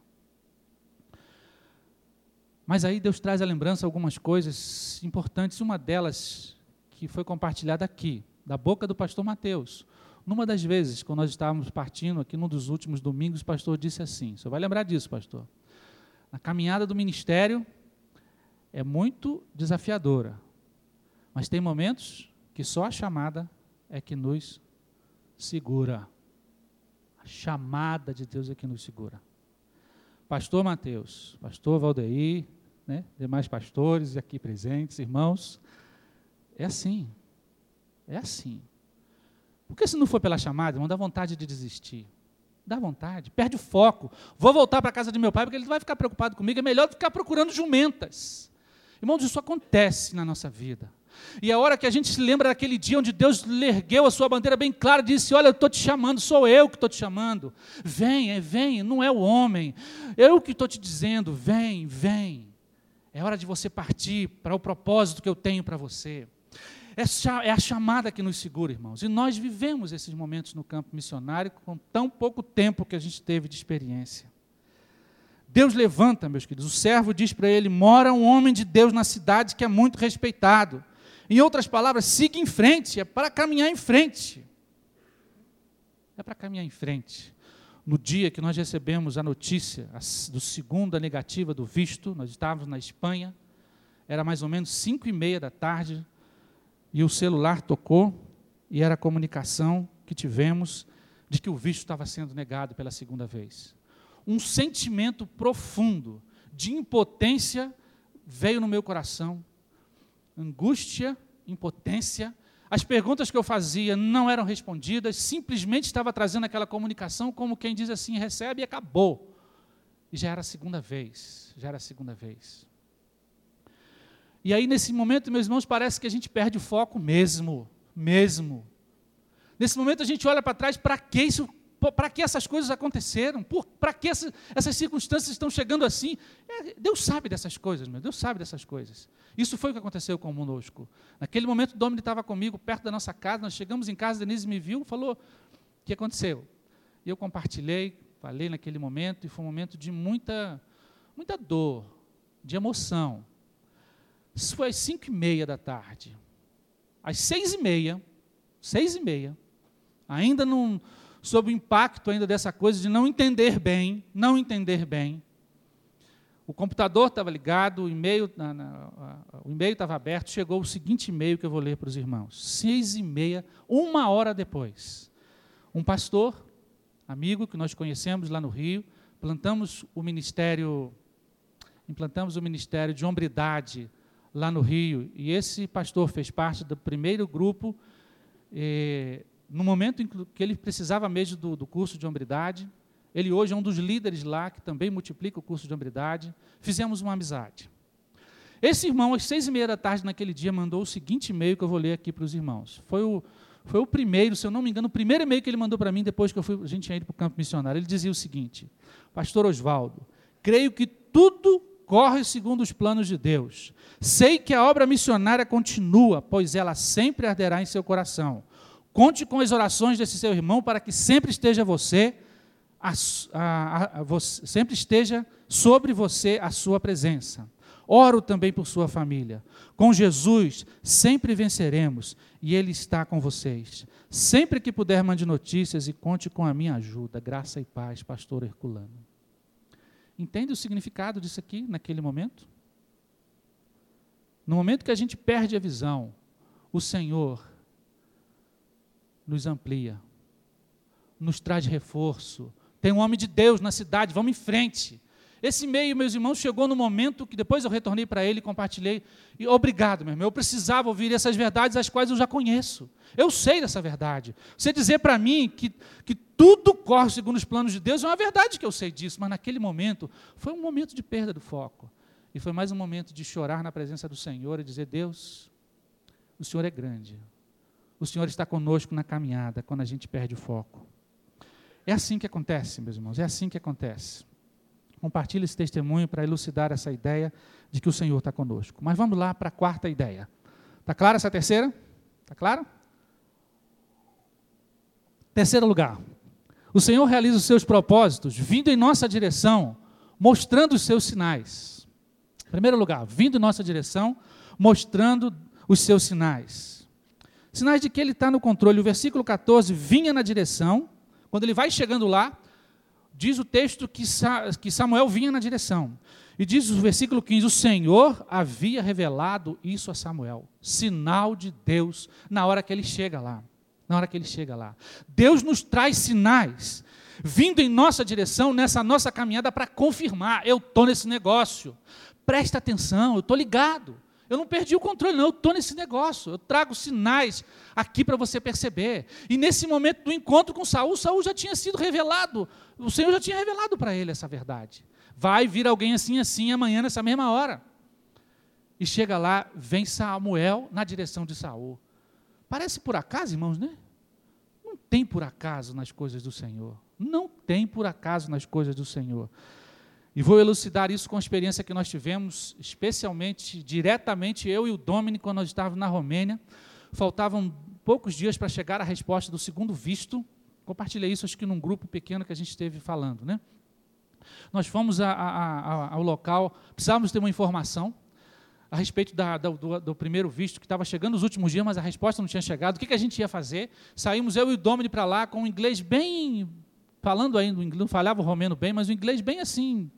Mas aí Deus traz à lembrança algumas coisas importantes, uma delas que foi compartilhada aqui, da boca do pastor Mateus. Numa das vezes, quando nós estávamos partindo aqui, num dos últimos domingos, o pastor disse assim, o senhor vai lembrar disso, pastor? A caminhada do ministério é muito desafiadora, mas tem momentos que só a chamada é que nos segura. A chamada de Deus é que nos segura. Pastor Mateus, pastor Valdeir, né, demais pastores aqui presentes, irmãos, é assim. É assim. Porque se não for pela chamada, irmão, dá vontade de desistir. Dá vontade, perde o foco. Vou voltar para a casa de meu pai, porque ele vai ficar preocupado comigo, é melhor ficar procurando jumentas. Irmãos, isso acontece na nossa vida. E a hora que a gente se lembra daquele dia onde Deus ergueu a sua bandeira bem clara, disse, olha, eu estou te chamando, sou eu que estou te chamando. Vem, não é o homem. Eu que estou te dizendo, vem. É hora de você partir para o propósito que eu tenho para você. É a chamada que nos segura, irmãos. E nós vivemos esses momentos no campo missionário com tão pouco tempo que a gente teve de experiência. Deus levanta, meus queridos. O servo diz para ele, mora um homem de Deus na cidade que é muito respeitado. Em outras palavras, siga em frente, é para caminhar em frente. É para caminhar em frente. No dia que nós recebemos a notícia da segunda negativa do visto, nós estávamos na Espanha, Era mais ou menos 5:30 da tarde, e o celular tocou, e era a comunicação que tivemos de que o visto estava sendo negado pela segunda vez. Um sentimento profundo de impotência veio no meu coração, angústia, impotência. As perguntas que eu fazia não eram respondidas, simplesmente estava trazendo aquela comunicação como quem diz assim, recebe e acabou. E já era a segunda vez. E aí, nesse momento, meus irmãos, parece que a gente perde o foco mesmo. Nesse momento, a gente olha para trás, para que essas coisas aconteceram? Para que essas circunstâncias estão chegando assim? Deus sabe dessas coisas, Deus sabe dessas coisas. Isso foi o que aconteceu conosco. Naquele momento, o Domini estava comigo, perto da nossa casa, nós chegamos em casa, a Denise me viu, falou, o que aconteceu? E eu compartilhei, falei naquele momento, e foi um momento de muita dor, de emoção. Isso foi às 5:30 da tarde. Às 6:30, ainda sob o impacto ainda dessa coisa de não entender bem, o computador estava ligado, o e-mail estava aberto, chegou o seguinte e-mail que eu vou ler para os irmãos. 6:30, 1 hora depois. Um pastor, amigo que nós conhecemos lá no Rio, implantamos o ministério de hombridade lá no Rio, e esse pastor fez parte do primeiro grupo, no momento em que ele precisava mesmo do curso de hombridade. Ele hoje é um dos líderes lá, que também multiplica o curso de hombridade. Fizemos uma amizade. Esse irmão, às 6:30 da tarde, naquele dia, mandou o seguinte e-mail que eu vou ler aqui para os irmãos. Foi o primeiro, se eu não me engano, o primeiro e-mail que ele mandou para mim, depois que a gente tinha ido para o campo missionário. Ele dizia o seguinte: Pastor Oswaldo, creio que tudo corre segundo os planos de Deus. Sei que a obra missionária continua, pois ela sempre arderá em seu coração. Conte com as orações desse seu irmão para que sempre esteja sempre esteja sobre você a sua presença. Oro também por sua família. Com Jesus sempre venceremos e Ele está com vocês. Sempre que puder, mande notícias e conte com a minha ajuda. Graça e paz, pastor Herculano. Entende o significado disso aqui, naquele momento? No momento que a gente perde a visão, o Senhor nos amplia, nos traz reforço. Tem um homem de Deus na cidade, vamos em frente. Esse e-mail, meus irmãos, chegou no momento que depois eu retornei para ele e compartilhei. E obrigado, meu irmão, eu precisava ouvir essas verdades, as quais eu já conheço. Eu sei dessa verdade. Você dizer para mim que tudo corre segundo os planos de Deus é uma verdade que eu sei disso, mas naquele momento foi um momento de perda do foco. E foi mais um momento de chorar na presença do Senhor e dizer: Deus, o Senhor é grande. O Senhor está conosco na caminhada, quando a gente perde o foco. É assim que acontece, meus irmãos, é assim que acontece. Compartilhe esse testemunho para elucidar essa ideia de que o Senhor está conosco. Mas vamos lá para a quarta ideia. Está clara essa terceira? Está claro? Terceiro lugar. O Senhor realiza os seus propósitos vindo em nossa direção, mostrando os seus sinais. Primeiro lugar, vindo em nossa direção, mostrando os seus sinais. Sinais de que Ele está no controle. O versículo 14, vinha na direção. Quando ele vai chegando lá, diz o texto que Samuel vinha na direção. E diz o versículo 15, o Senhor havia revelado isso a Samuel. Sinal de Deus na hora que ele chega lá. Deus nos traz sinais, vindo em nossa direção, nessa nossa caminhada, para confirmar: eu estou nesse negócio. Presta atenção, eu estou ligado. Eu não perdi o controle, não, eu estou nesse negócio. Eu trago sinais aqui para você perceber. E nesse momento do encontro com Saul, Saul já tinha sido revelado. O Senhor já tinha revelado para ele essa verdade. Vai vir alguém assim, assim, amanhã, nessa mesma hora. E chega lá, vem Samuel na direção de Saul. Parece por acaso, irmãos, né? Não tem por acaso nas coisas do Senhor. Não tem por acaso nas coisas do Senhor. E vou elucidar isso com a experiência que nós tivemos, especialmente, diretamente, eu e o Domini, quando nós estávamos na Romênia. Faltavam poucos dias para chegar a resposta do segundo visto. Compartilhei isso, acho que num grupo pequeno que a gente esteve falando, né? Nós fomos ao local, precisávamos ter uma informação a respeito do primeiro visto, que estava chegando nos últimos dias, mas a resposta não tinha chegado. O que a gente ia fazer? Saímos eu e o Domini para lá, com o inglês bem... Falando ainda, não falava o romeno bem, mas o inglês bem assim...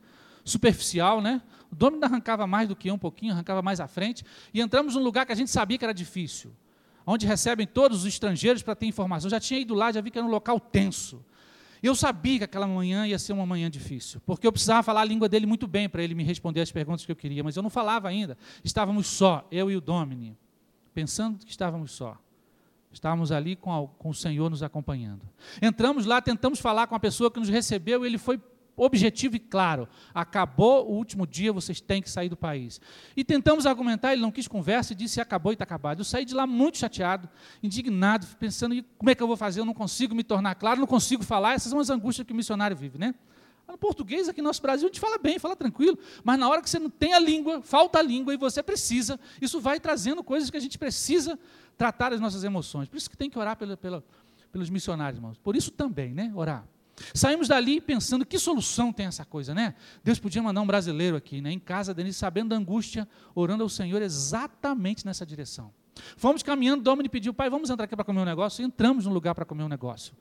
superficial, né? O Domini arrancava mais do que eu um pouquinho, arrancava mais à frente, e entramos num lugar que a gente sabia que era difícil, onde recebem todos os estrangeiros para ter informação. Eu já tinha ido lá, já vi que era um local tenso. E eu sabia que aquela manhã ia ser uma manhã difícil, porque eu precisava falar a língua dele muito bem para ele me responder as perguntas que eu queria, mas eu não falava ainda. Estávamos só, eu e o Domini, pensando que estávamos só. Estávamos ali com o Senhor nos acompanhando. Entramos lá, tentamos falar com a pessoa que nos recebeu, e ele foi objetivo e claro: acabou o último dia, vocês têm que sair do país. E tentamos argumentar, ele não quis conversa e disse: acabou e está acabado. Eu saí de lá muito chateado, indignado, pensando: como é que eu vou fazer? Eu não consigo me tornar claro, não consigo falar. Essas são as angústias que o missionário vive, né? No português, aqui no nosso Brasil, a gente fala bem, fala tranquilo, mas na hora que você não tem a língua, falta a língua e você precisa, isso vai trazendo coisas que a gente precisa tratar as nossas emoções. Por isso que tem que orar pelos missionários, irmãos. Por isso também, né? Orar. Saímos dali pensando: que solução tem essa coisa, né? Deus podia mandar um brasileiro aqui, né? Em casa, Denise, sabendo da angústia, orando ao Senhor exatamente nessa direção. Fomos caminhando, o Domini pediu: pai, vamos entrar aqui para comer um negócio? E entramos no lugar para comer um negócio.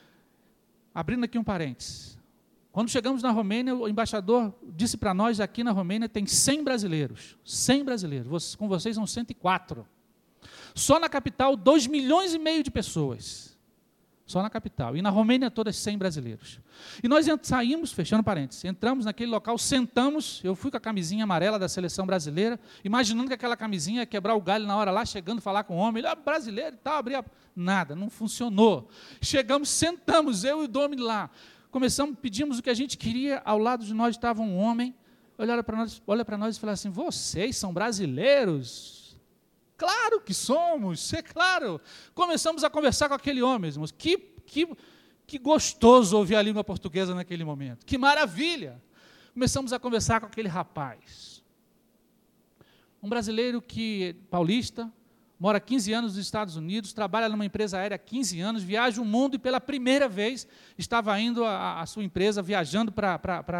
Abrindo aqui um parênteses. Quando chegamos na Romênia, o embaixador disse para nós: aqui na Romênia tem 100 brasileiros. 100 brasileiros. Com vocês são 104. Só na capital, 2,5 milhões de pessoas. Só na capital. E na Romênia, todas 100 brasileiros. E nós saímos, fechando parênteses, entramos naquele local, sentamos. Eu fui com a camisinha amarela da seleção brasileira, imaginando que aquela camisinha ia quebrar o galho na hora lá, chegando a falar com o homem. Ele: brasileiro e tal, abria. Nada, não funcionou. Chegamos, sentamos, eu e o Domini lá. Começamos, pedimos o que a gente queria. Ao lado de nós estava um homem, olha para nós e falou assim: vocês são brasileiros? Claro que somos, é claro. Começamos a conversar com aquele homem, irmãos. Que gostoso ouvir a língua portuguesa naquele momento, que maravilha. Começamos a conversar com aquele rapaz, um brasileiro paulista, mora 15 anos nos Estados Unidos, trabalha numa empresa aérea há 15 anos, viaja o mundo e pela primeira vez estava indo a sua empresa, viajando lá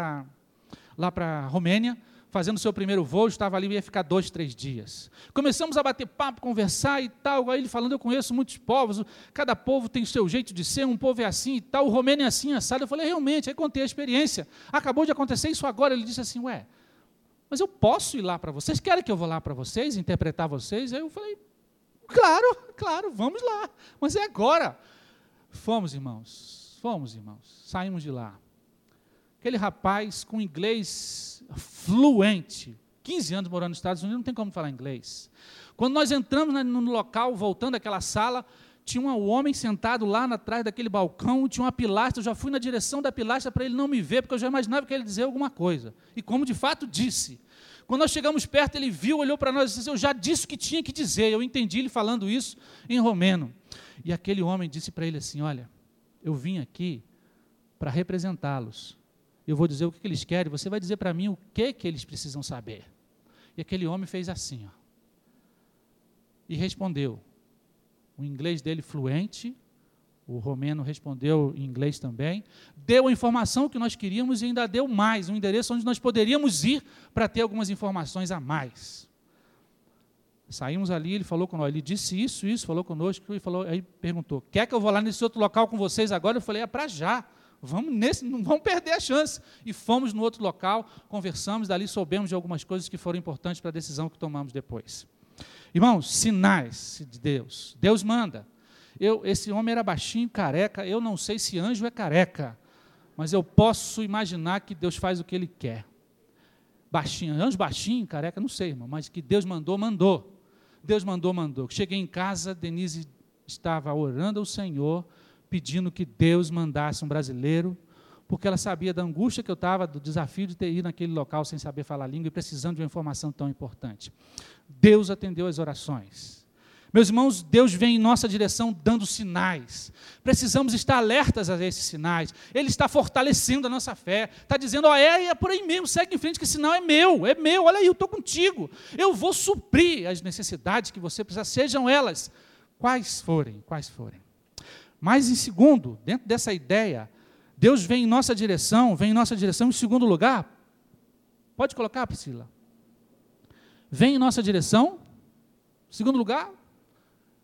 para a Romênia, fazendo o seu primeiro voo, estava ali e ia ficar 2, 3 dias. Começamos a bater papo, conversar e tal, aí ele falando: eu conheço muitos povos, cada povo tem o seu jeito de ser, um povo é assim e tal, o romeno é assim, assado. Eu falei: realmente, aí contei a experiência, acabou de acontecer isso agora. Ele disse assim: ué, mas eu posso ir lá para vocês? Querem que eu vou lá para vocês, interpretar vocês? Aí eu falei: claro, vamos lá, mas é agora. Fomos, irmãos, saímos de lá. Aquele rapaz com inglês fluente, 15 anos morando nos Estados Unidos, não tem como falar inglês. Quando nós entramos no local, voltando àquela sala, tinha um homem sentado lá atrás daquele balcão, tinha uma pilastra. Eu já fui na direção da pilastra para ele não me ver, porque eu já imaginava que ele ia dizer alguma coisa, e como de fato disse. Quando nós chegamos perto, ele viu, olhou para nós e disse: eu já disse o que tinha que dizer. Eu entendi ele falando isso em romeno. E aquele homem disse para ele assim: olha, eu vim aqui para representá-los. Eu vou dizer o que eles querem, você vai dizer para mim o que eles precisam saber. E aquele homem fez assim, e respondeu. O inglês dele fluente, o romeno respondeu em inglês também, deu a informação que nós queríamos e ainda deu mais, um endereço onde nós poderíamos ir para ter algumas informações a mais. Saímos ali, ele falou com nós, ele disse isso, falou conosco, aí perguntou: quer que eu vou lá nesse outro local com vocês agora? Eu falei: é para já, vamos nesse, não vamos perder a chance. E fomos no outro local, conversamos, dali soubemos de algumas coisas que foram importantes para a decisão que tomamos depois. Irmãos, sinais de Deus. Deus manda. Esse homem era baixinho, careca. Eu não sei se anjo é careca, mas eu posso imaginar que Deus faz o que Ele quer. Baixinho, anjo baixinho, careca, não sei, irmão, mas que Deus mandou. Deus mandou. Cheguei em casa, Denise estava orando ao Senhor, pedindo que Deus mandasse um brasileiro, porque ela sabia da angústia que eu estava, do desafio de ter ido naquele local sem saber falar a língua e precisando de uma informação tão importante. Deus atendeu as orações. Meus irmãos, Deus vem em nossa direção dando sinais. Precisamos estar alertas a esses sinais. Ele está fortalecendo a nossa fé. Está dizendo: é por aí mesmo, segue em frente, que esse sinal é meu, olha aí, eu estou contigo. Eu vou suprir as necessidades que você precisa, sejam elas quais forem. Mas em segundo, dentro dessa ideia, Deus vem em nossa direção em segundo lugar. Pode colocar, Priscila? Vem em nossa direção, em segundo lugar,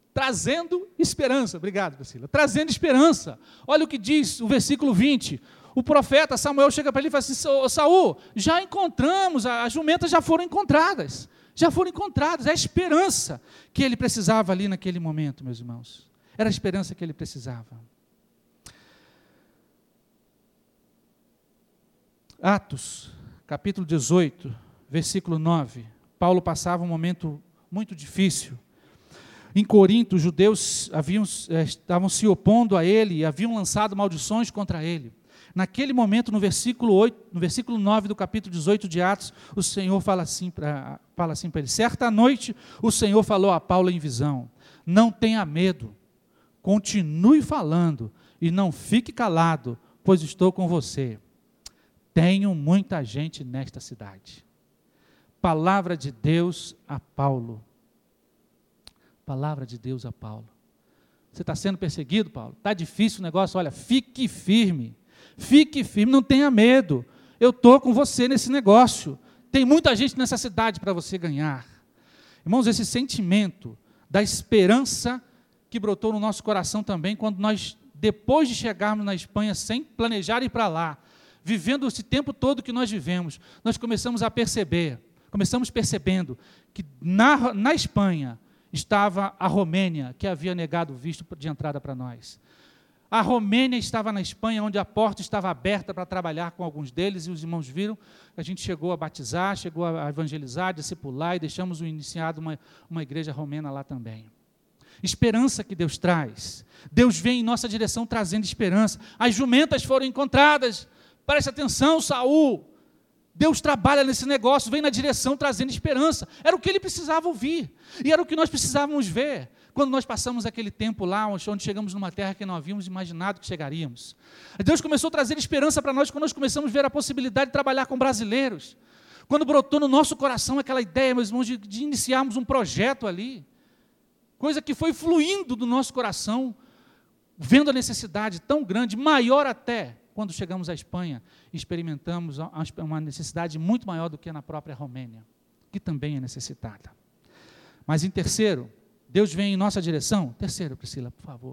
trazendo esperança. Obrigado, Priscila. Trazendo esperança. Olha o que diz o versículo 20. O profeta Samuel chega para ele e fala assim: Saul, já encontramos, as jumentas já foram encontradas. É a esperança que ele precisava ali naquele momento, meus irmãos. Era a esperança que ele precisava. Atos, capítulo 18, versículo 9. Paulo passava um momento muito difícil. Em Corinto, os judeus estavam se opondo a ele e haviam lançado maldições contra ele. Naquele momento, no versículo 9 do capítulo 18 de Atos, o Senhor fala assim para ele: certa noite o Senhor falou a Paulo em visão: não tenha medo, continue falando e não fique calado, pois estou com você. Tenho muita gente nesta cidade. Palavra de Deus a Paulo. Palavra de Deus a Paulo. Você está sendo perseguido, Paulo? Está difícil o negócio? Olha, fique firme, não tenha medo. Eu estou com você nesse negócio. Tem muita gente nessa cidade para você ganhar. Irmãos, esse sentimento da esperança que brotou no nosso coração também, quando nós, depois de chegarmos na Espanha, sem planejar ir para lá, vivendo esse tempo todo que nós vivemos, nós começamos percebendo que na Espanha estava a Romênia, que havia negado o visto de entrada para nós. A Romênia estava na Espanha, onde a porta estava aberta para trabalhar com alguns deles, e os irmãos viram que a gente chegou a batizar, chegou a evangelizar, discipular, e deixamos iniciado uma igreja romena lá também. Esperança que Deus traz. Deus vem em nossa direção trazendo esperança. As jumentas foram encontradas. Preste atenção, Saul. Deus trabalha nesse negócio, vem na direção trazendo esperança. Era o que ele precisava ouvir. E era o que nós precisávamos ver. Quando nós passamos aquele tempo lá, onde chegamos numa terra que não havíamos imaginado que chegaríamos. Deus começou a trazer esperança para nós quando nós começamos a ver a possibilidade de trabalhar com brasileiros. Quando brotou no nosso coração aquela ideia, meus irmãos, de iniciarmos um projeto ali. Coisa que foi fluindo do nosso coração, vendo a necessidade tão grande, maior até, quando chegamos à Espanha, experimentamos uma necessidade muito maior do que na própria Romênia, que também é necessitada. Mas em terceiro, Deus vem em nossa direção. Terceiro, Priscila, por favor.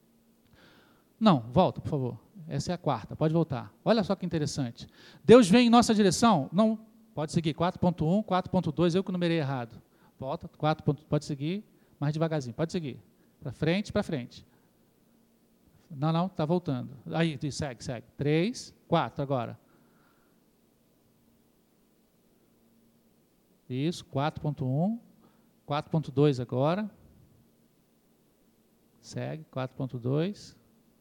Não, volta, por favor. Essa é a quarta, pode voltar. Olha só que interessante. Deus vem em nossa direção. Não, pode seguir. 4.1, 4.2, eu que numerei errado. Volta, 4. Pode seguir, mais devagarzinho. Pode seguir. Para frente, para frente. Não, está voltando. Aí, segue. 3, 4 agora. Isso, 4.1. 4.2 agora. Segue, 4.2.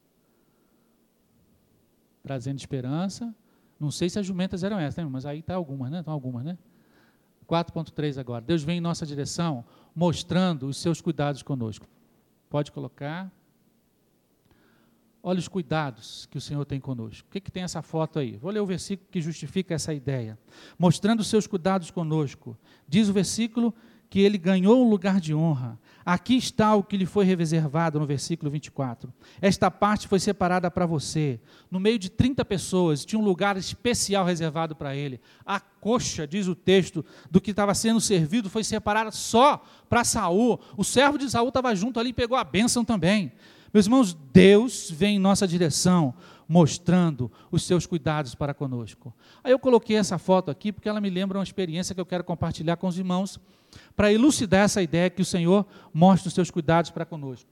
Trazendo esperança. Não sei se as jumentas eram essas, mas aí está algumas, né? Estão algumas, né? 4.3 agora. Deus vem em nossa direção, mostrando os seus cuidados conosco. Pode colocar. Olha os cuidados que o Senhor tem conosco. O que tem essa foto aí? Vou ler o versículo que justifica essa ideia. Mostrando os seus cuidados conosco. Diz o versículo que ele ganhou um lugar de honra. Aqui está o que lhe foi reservado no versículo 24. Esta parte foi separada para você. No meio de 30 pessoas, tinha um lugar especial reservado para ele. A coxa, diz o texto, do que estava sendo servido foi separada só para Saul. O servo de Saul estava junto ali e pegou a bênção também. Meus irmãos, Deus vem em nossa direção, mostrando os seus cuidados para conosco. Aí eu coloquei essa foto aqui, porque ela me lembra uma experiência que eu quero compartilhar com os irmãos, para elucidar essa ideia que o Senhor mostra os seus cuidados para conosco.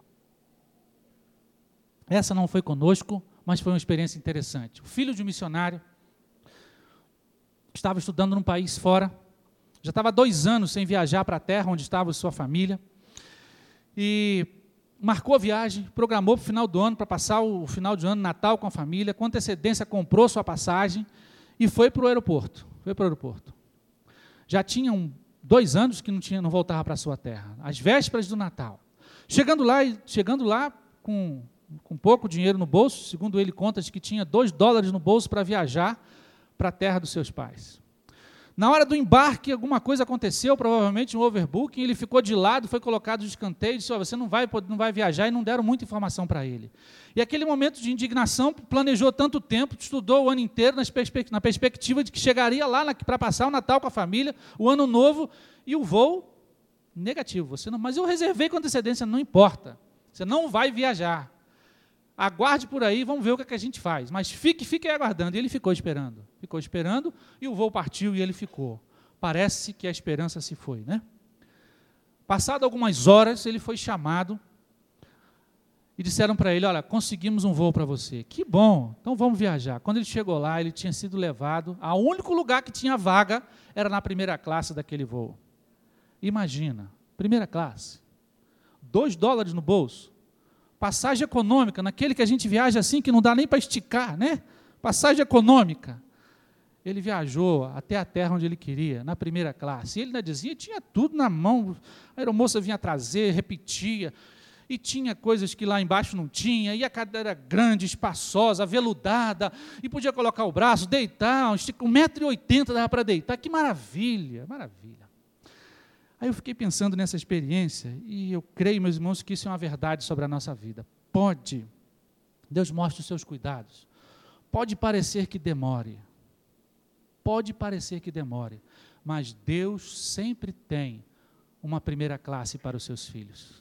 Essa não foi conosco, mas foi uma experiência interessante. O filho de um missionário estava estudando num país fora, já estava 2 anos sem viajar para a terra onde estava sua família, e marcou a viagem, programou para o final do ano, para passar o final de ano, Natal com a família, com antecedência comprou sua passagem e foi para o aeroporto. Já tinham 2 anos que não voltava para a sua terra, às vésperas do Natal. Chegando lá com pouco dinheiro no bolso, segundo ele conta, de que tinha $2 no bolso para viajar para a terra dos seus pais. Na hora do embarque, alguma coisa aconteceu, provavelmente um overbooking, ele ficou de lado, foi colocado de escanteio, e disse: você não vai viajar, e não deram muita informação para ele. E aquele momento de indignação, planejou tanto tempo, estudou o ano inteiro na perspectiva de que chegaria lá para passar o Natal com a família, o Ano Novo, e o voo negativo. Mas eu reservei com antecedência, não importa, você não vai viajar. aguarde por aí, vamos ver o que a gente faz. Mas fique aí aguardando. E ele ficou esperando, e o voo partiu e ele ficou. Parece que a esperança se foi, né? Passado algumas horas, ele foi chamado e disseram para ele, olha, conseguimos um voo para você. Que bom, então vamos viajar. Quando ele chegou lá, ele tinha sido levado, ao único lugar que tinha vaga era na primeira classe daquele voo. Imagina, primeira classe, $2 no bolso, passagem econômica, naquele que a gente viaja assim, que não dá nem para esticar, né? Passagem econômica. Ele viajou até a terra onde ele queria, na primeira classe. E ele ainda dizia, tinha tudo na mão, a aeromoça vinha trazer, repetia, e tinha coisas que lá embaixo não tinha, e a cadeira grande, espaçosa, aveludada, e podia colocar o braço, deitar, 1,80 m dava para deitar, que maravilha, maravilha. Aí eu fiquei pensando nessa experiência, e eu creio, meus irmãos, que isso é uma verdade sobre a nossa vida. Deus mostra os seus cuidados, pode parecer que demore, mas Deus sempre tem uma primeira classe para os seus filhos.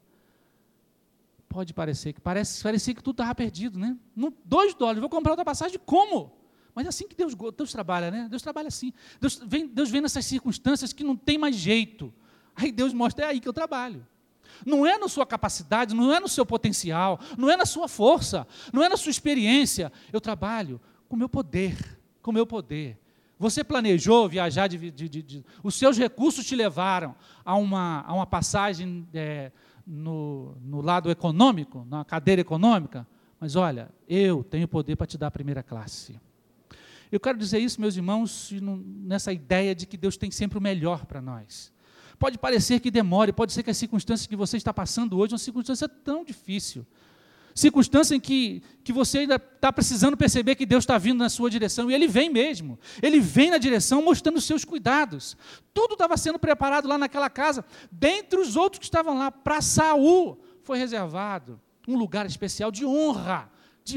Pode parecer que tudo estava perdido, né? $2, vou comprar outra passagem, como? Mas é assim que Deus trabalha, né? Deus trabalha assim. Deus vem nessas circunstâncias que não tem mais jeito. Aí Deus mostra, é aí que eu trabalho. Não é na sua capacidade, não é no seu potencial, não é na sua força, não é na sua experiência. Eu trabalho com o meu poder, Você planejou viajar, os seus recursos te levaram a uma passagem no lado econômico, na cadeira econômica, mas olha, eu tenho poder para te dar a primeira classe. Eu quero dizer isso, meus irmãos, nessa ideia de que Deus tem sempre o melhor para nós. Pode parecer que demore, pode ser que as circunstâncias que você está passando hoje, uma circunstância tão difícil, circunstância em que você ainda está precisando perceber que Deus está vindo na sua direção, e Ele vem mesmo, Ele vem na direção mostrando os seus cuidados. Tudo estava sendo preparado lá naquela casa, dentre os outros que estavam lá, para Saul foi reservado um lugar especial de honra,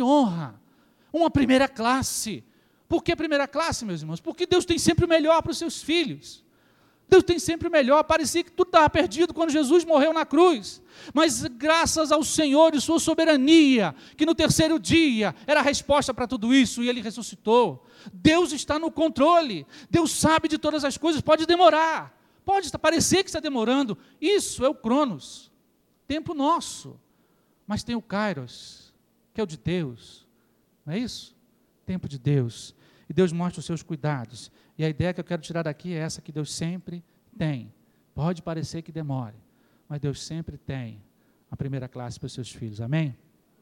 uma primeira classe. Por que primeira classe, meus irmãos? Porque Deus tem sempre o melhor para os seus filhos. Deus tem sempre o melhor. Parecia que tudo estava perdido quando Jesus morreu na cruz, mas graças ao Senhor e sua soberania, que no terceiro dia era a resposta para tudo isso, e Ele ressuscitou. Deus está no controle, Deus sabe de todas as coisas. Pode demorar, pode parecer que está demorando, isso é o Cronos, tempo nosso, mas tem o Kairos, que é o de Deus, não é isso? Tempo de Deus, e Deus mostra os seus cuidados. E a ideia que eu quero tirar daqui é essa, que Deus sempre tem. Pode parecer que demore, mas Deus sempre tem a primeira classe para os seus filhos. Amém?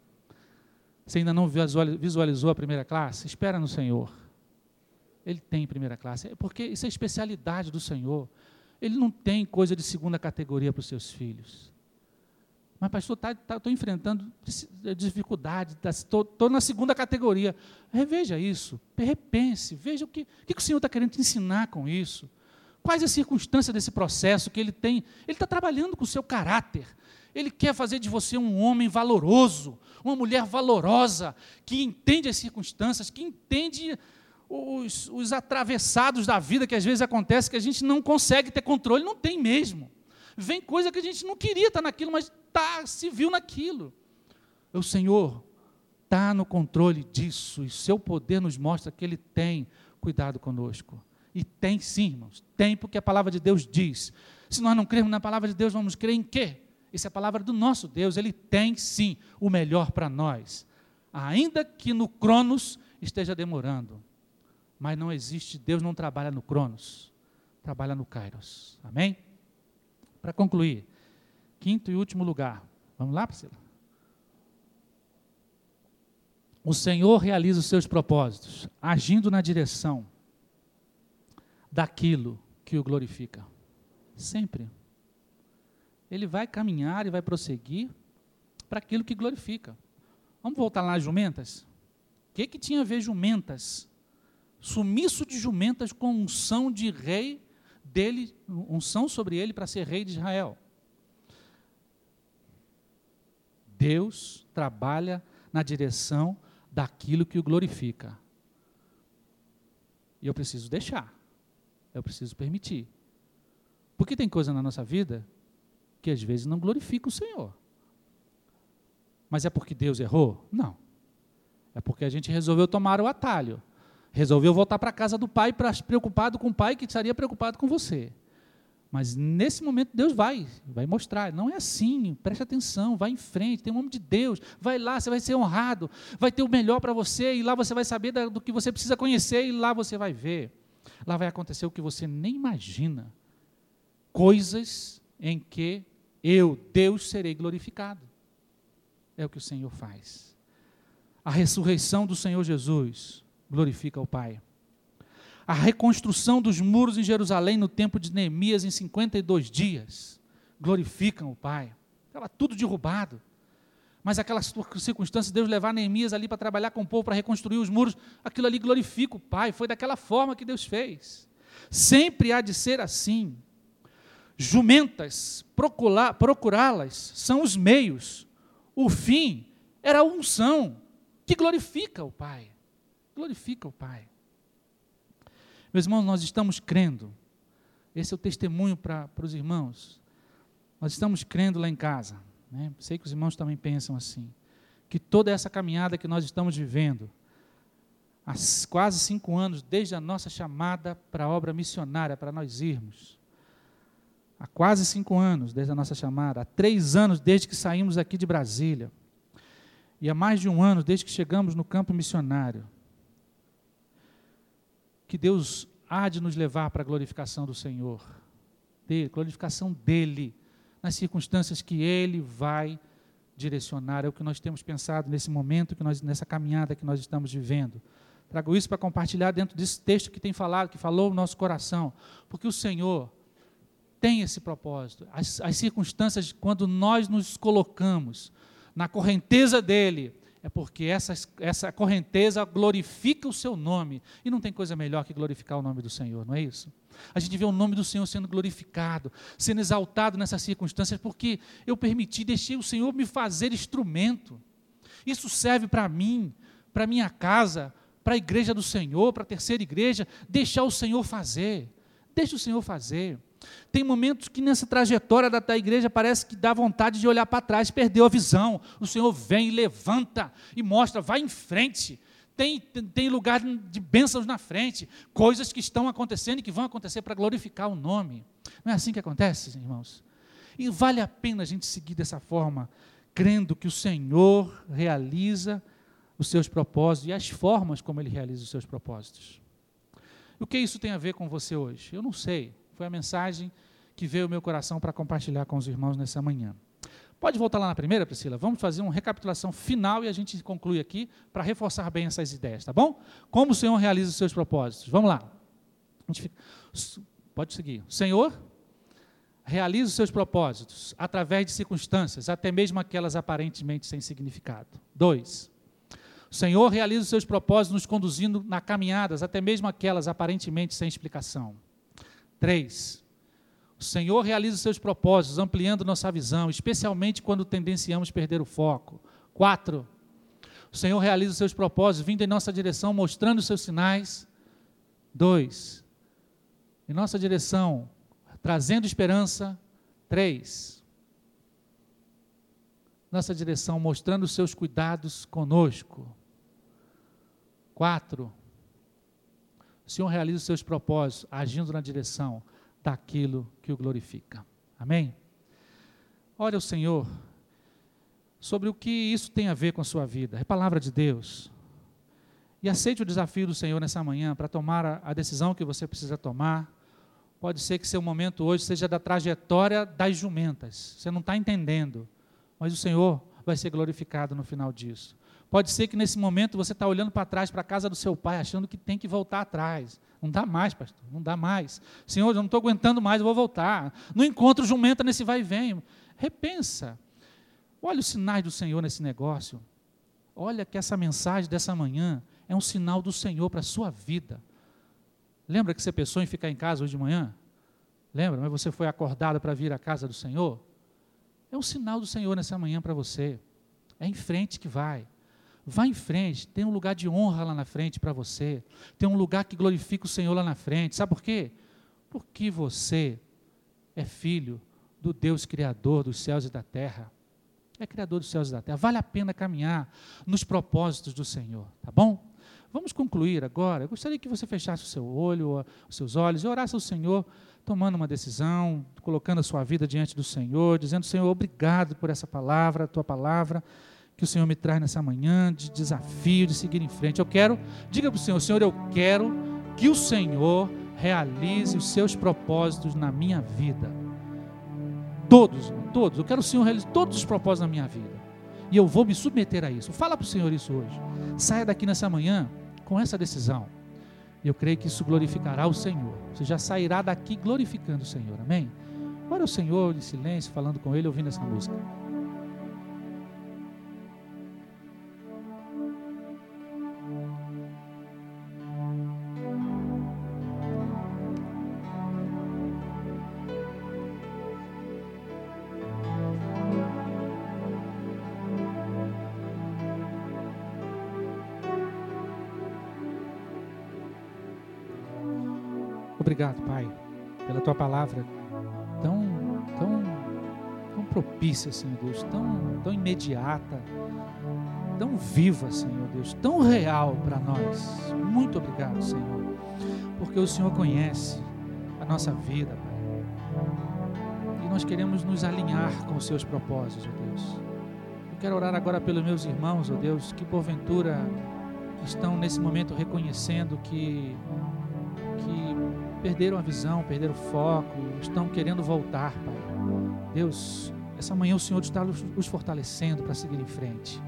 Você ainda não visualizou a primeira classe? Espera no Senhor. Ele tem primeira classe, porque isso é especialidade do Senhor. Ele não tem coisa de segunda categoria para os seus filhos. Mas, pastor, estou enfrentando dificuldade, estou na segunda categoria. Reveja isso, repense, veja o que o Senhor está querendo te ensinar com isso. Quais as circunstâncias desse processo que Ele tem? Ele está trabalhando com o seu caráter. Ele quer fazer de você um homem valoroso, uma mulher valorosa, que entende as circunstâncias, que entende os atravessados da vida que às vezes acontece, que a gente não consegue ter controle, não tem mesmo. Vem coisa que a gente não queria estar naquilo, mas se viu naquilo. O Senhor está no controle disso, e seu poder nos mostra que Ele tem cuidado conosco. E tem sim, irmãos, tem, porque a palavra de Deus diz. Se nós não crermos na palavra de Deus, vamos crer em quê? Essa é a palavra do nosso Deus. Ele tem sim o melhor para nós, ainda que no Cronos esteja demorando. Mas não existe, Deus não trabalha no Cronos, trabalha no Kairos. Amém? Para concluir, quinto e último lugar. Vamos lá, Priscila? O Senhor realiza os seus propósitos, agindo na direção daquilo que o glorifica. Sempre. Ele vai caminhar e vai prosseguir para aquilo que glorifica. Vamos voltar lá às jumentas? O que tinha a ver jumentas? Sumiço de jumentas com unção de rei dele, unção sobre ele para ser rei de Israel. Deus trabalha na direção daquilo que o glorifica. E eu preciso deixar, eu preciso permitir. Porque tem coisa na nossa vida que às vezes não glorifica o Senhor. Mas é porque Deus errou? Não. É porque a gente resolveu tomar o atalho. Resolveu voltar para a casa do pai, preocupado com o pai que estaria preocupado com você. Mas nesse momento Deus vai mostrar. Não é assim, preste atenção, vai em frente, tem um homem de Deus, vai lá, você vai ser honrado, vai ter o melhor para você, e lá você vai saber do que você precisa conhecer, e lá você vai ver. Lá vai acontecer o que você nem imagina. Coisas em que Deus, serei glorificado. É o que o Senhor faz. A ressurreição do Senhor Jesus glorifica o Pai. A reconstrução dos muros em Jerusalém no tempo de Neemias em 52 dias glorificam o Pai. Estava tudo derrubado. Mas aquelas circunstâncias, Deus levar Neemias ali para trabalhar com o povo, para reconstruir os muros, aquilo ali glorifica o Pai. Foi daquela forma que Deus fez. Sempre há de ser assim. Jumentas, procurá-las são os meios. O fim era a unção que glorifica o Pai. Glorifica o Pai. Meus irmãos, nós estamos crendo, esse é o testemunho para os irmãos, nós estamos crendo lá em casa, né? Sei que os irmãos também pensam assim, que toda essa caminhada que nós estamos vivendo, há quase 5 anos, desde a nossa chamada para a obra missionária, para nós irmos, há quase 5 anos desde a nossa chamada, há 3 anos desde que saímos aqui de Brasília, e há mais de 1 ano desde que chegamos no campo missionário, que Deus há de nos levar para a glorificação do Senhor, glorificação dEle, nas circunstâncias que Ele vai direcionar, é o que nós temos pensado nesse momento, nessa caminhada que nós estamos vivendo. Trago isso para compartilhar dentro desse texto que falou o nosso coração, porque o Senhor tem esse propósito, as circunstâncias, quando nós nos colocamos na correnteza dEle, é porque essa correnteza glorifica o seu nome, e não tem coisa melhor que glorificar o nome do Senhor, não é isso? A gente vê o nome do Senhor sendo glorificado, sendo exaltado nessas circunstâncias, porque eu deixei o Senhor me fazer instrumento. Isso serve para mim, para minha casa, para a igreja do Senhor, para a terceira igreja, deixar o Senhor fazer, deixa o Senhor fazer. Tem momentos que nessa trajetória da igreja parece que dá vontade de olhar para trás, perdeu a visão. O Senhor vem e levanta e mostra, vai em frente. Tem lugar de bênçãos na frente, coisas que estão acontecendo e que vão acontecer para glorificar o nome. Não é assim que acontece, irmãos? E vale a pena a gente seguir dessa forma, crendo que o Senhor realiza os seus propósitos e as formas como Ele realiza os seus propósitos. O que isso tem a ver com você hoje? Eu não sei. Foi a mensagem que veio ao meu coração para compartilhar com os irmãos nessa manhã. Pode voltar lá na primeira, Priscila? Vamos fazer uma recapitulação final e a gente conclui aqui para reforçar bem essas ideias, tá bom? Como o Senhor realiza os seus propósitos. Vamos lá. Pode seguir. O Senhor realiza os seus propósitos através de circunstâncias, até mesmo aquelas aparentemente sem significado. 2. O Senhor realiza os seus propósitos nos conduzindo na caminhadas, até mesmo aquelas aparentemente sem explicação. 3. O Senhor realiza os seus propósitos, ampliando nossa visão, especialmente quando tendenciamos perder o foco. 4. O Senhor realiza os seus propósitos, vindo em nossa direção, mostrando os seus sinais. 2. Em nossa direção, trazendo esperança. 3. Nossa direção, mostrando os seus cuidados conosco. 4. O Senhor realiza os seus propósitos, agindo na direção daquilo que o glorifica. Amém? Ore ao Senhor sobre o que isso tem a ver com a sua vida. É palavra de Deus. E aceite o desafio do Senhor nessa manhã para tomar a decisão que você precisa tomar. Pode ser que seu momento hoje seja da trajetória das jumentas. Você não está entendendo, mas o Senhor vai ser glorificado no final disso. Pode ser que nesse momento você está olhando para trás, para a casa do seu pai, achando que tem que voltar atrás. Não dá mais, pastor, não dá mais. Senhor, eu não estou aguentando mais, eu vou voltar. Não encontro jumenta nesse vai e vem. Repensa. Olha os sinais do Senhor nesse negócio. Olha que essa mensagem dessa manhã é um sinal do Senhor para a sua vida. Lembra que você pensou em ficar em casa hoje de manhã? Lembra? Mas você foi acordado para vir à casa do Senhor? É um sinal do Senhor nessa manhã para você. É em frente que vai. Vá em frente, tem um lugar de honra lá na frente para você, tem um lugar que glorifica o Senhor lá na frente, sabe por quê? Porque você é filho do Deus Criador dos céus e da terra, é criador dos céus e da terra. Vale a pena caminhar nos propósitos do Senhor, tá bom? Vamos concluir agora. Eu gostaria que você fechasse o seu olho, os seus olhos e orasse ao Senhor, tomando uma decisão, colocando a sua vida diante do Senhor, dizendo: Senhor, obrigado por essa palavra, a tua palavra, que o Senhor me traz nessa manhã, de desafio, de seguir em frente. Diga para o Senhor: Senhor, eu quero que o Senhor realize os seus propósitos na minha vida. Todos, eu quero que o Senhor realize todos os propósitos na minha vida. E eu vou me submeter a isso. Fala para o Senhor isso hoje. Saia daqui nessa manhã com essa decisão. E eu creio que isso glorificará o Senhor. Você já sairá daqui glorificando o Senhor. Amém? Ora o Senhor em silêncio, falando com Ele, ouvindo essa música. Obrigado, Pai, pela Tua palavra tão propícia, Senhor Deus, tão imediata, tão viva, Senhor Deus, tão real para nós. Muito obrigado, Senhor, porque o Senhor conhece a nossa vida, Pai, e nós queremos nos alinhar com os Seus propósitos, ó Deus. Eu quero orar agora pelos meus irmãos, ó Deus, que porventura estão nesse momento reconhecendo que perderam a visão, perderam o foco, estão querendo voltar, Pai. Deus, essa manhã o Senhor está os fortalecendo para seguir em frente.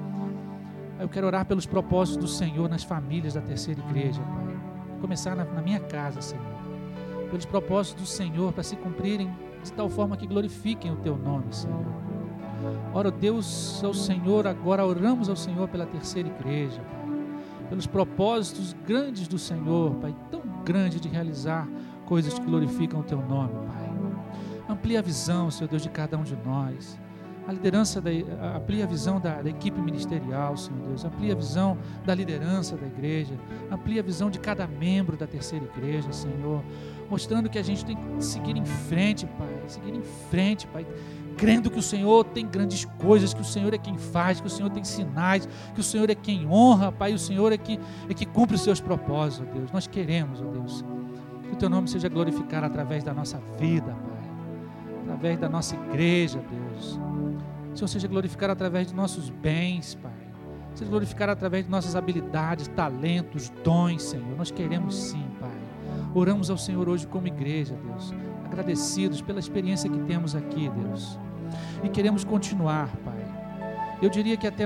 Eu quero orar pelos propósitos do Senhor nas famílias da Terceira Igreja, Pai. Começar na minha casa, Senhor. Pelos propósitos do Senhor para se cumprirem de tal forma que glorifiquem o Teu nome, Senhor. Ora, Deus, ao Senhor, agora oramos ao Senhor pela Terceira Igreja, Pai. Pelos propósitos grandes do Senhor, Pai, tão grande de realizar coisas que glorificam o Teu nome, Pai. Amplia a visão, Senhor Deus, de cada um de nós. A liderança, amplia a visão da equipe ministerial, Senhor Deus. Amplia a visão da liderança da igreja. Amplia a visão de cada membro da Terceira Igreja, Senhor. Mostrando que a gente tem que seguir em frente, Pai. Seguir em frente, Pai. Crendo que o Senhor tem grandes coisas, que o Senhor é quem faz, que o Senhor tem sinais, que o Senhor é quem honra, Pai, o Senhor é que cumpre os seus propósitos, ó Deus. Nós queremos, ó Deus, que o Teu nome seja glorificado através da nossa vida, Pai, através da nossa igreja, Deus. O Senhor seja glorificado através de nossos bens, Pai. Seja glorificado através de nossas habilidades, talentos, dons, Senhor. Nós queremos sim, Pai. Oramos ao Senhor hoje como igreja, Deus, agradecidos pela experiência que temos aqui, Deus. E queremos continuar, Pai. Eu diria que até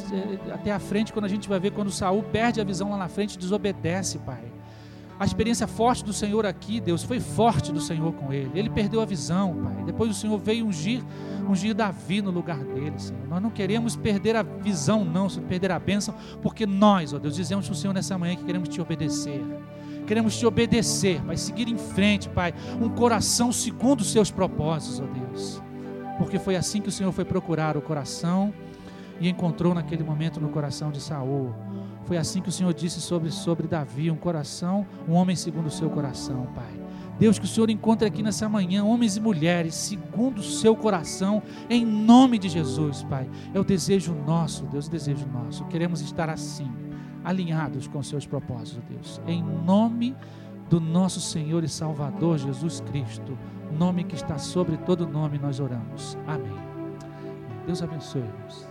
à frente, quando a gente vai ver, quando Saul perde a visão lá na frente, desobedece, Pai. A experiência forte do Senhor aqui, Deus, foi forte do Senhor com ele. Ele perdeu a visão, Pai. Depois o Senhor veio ungir Davi no lugar dele, Senhor. Nós não queremos perder a visão, não, perder a bênção, porque nós, ó Deus, dizemos para o Senhor nessa manhã que queremos Te obedecer. Queremos Te obedecer, Pai, seguir em frente, Pai, um coração segundo os Seus propósitos, ó Deus. Porque foi assim que o Senhor foi procurar o coração e encontrou naquele momento no coração de Saul. Foi assim que o Senhor disse sobre Davi, um homem segundo o seu coração, Pai. Deus, que o Senhor encontre aqui nessa manhã homens e mulheres segundo o seu coração, em nome de Jesus, Pai. É o desejo nosso, Deus, o desejo nosso. Queremos estar assim, alinhados com os seus propósitos, Deus. Em nome do nosso Senhor e Salvador Jesus Cristo, nome que está sobre todo nome, nós oramos. Amém. Deus abençoe, irmãos.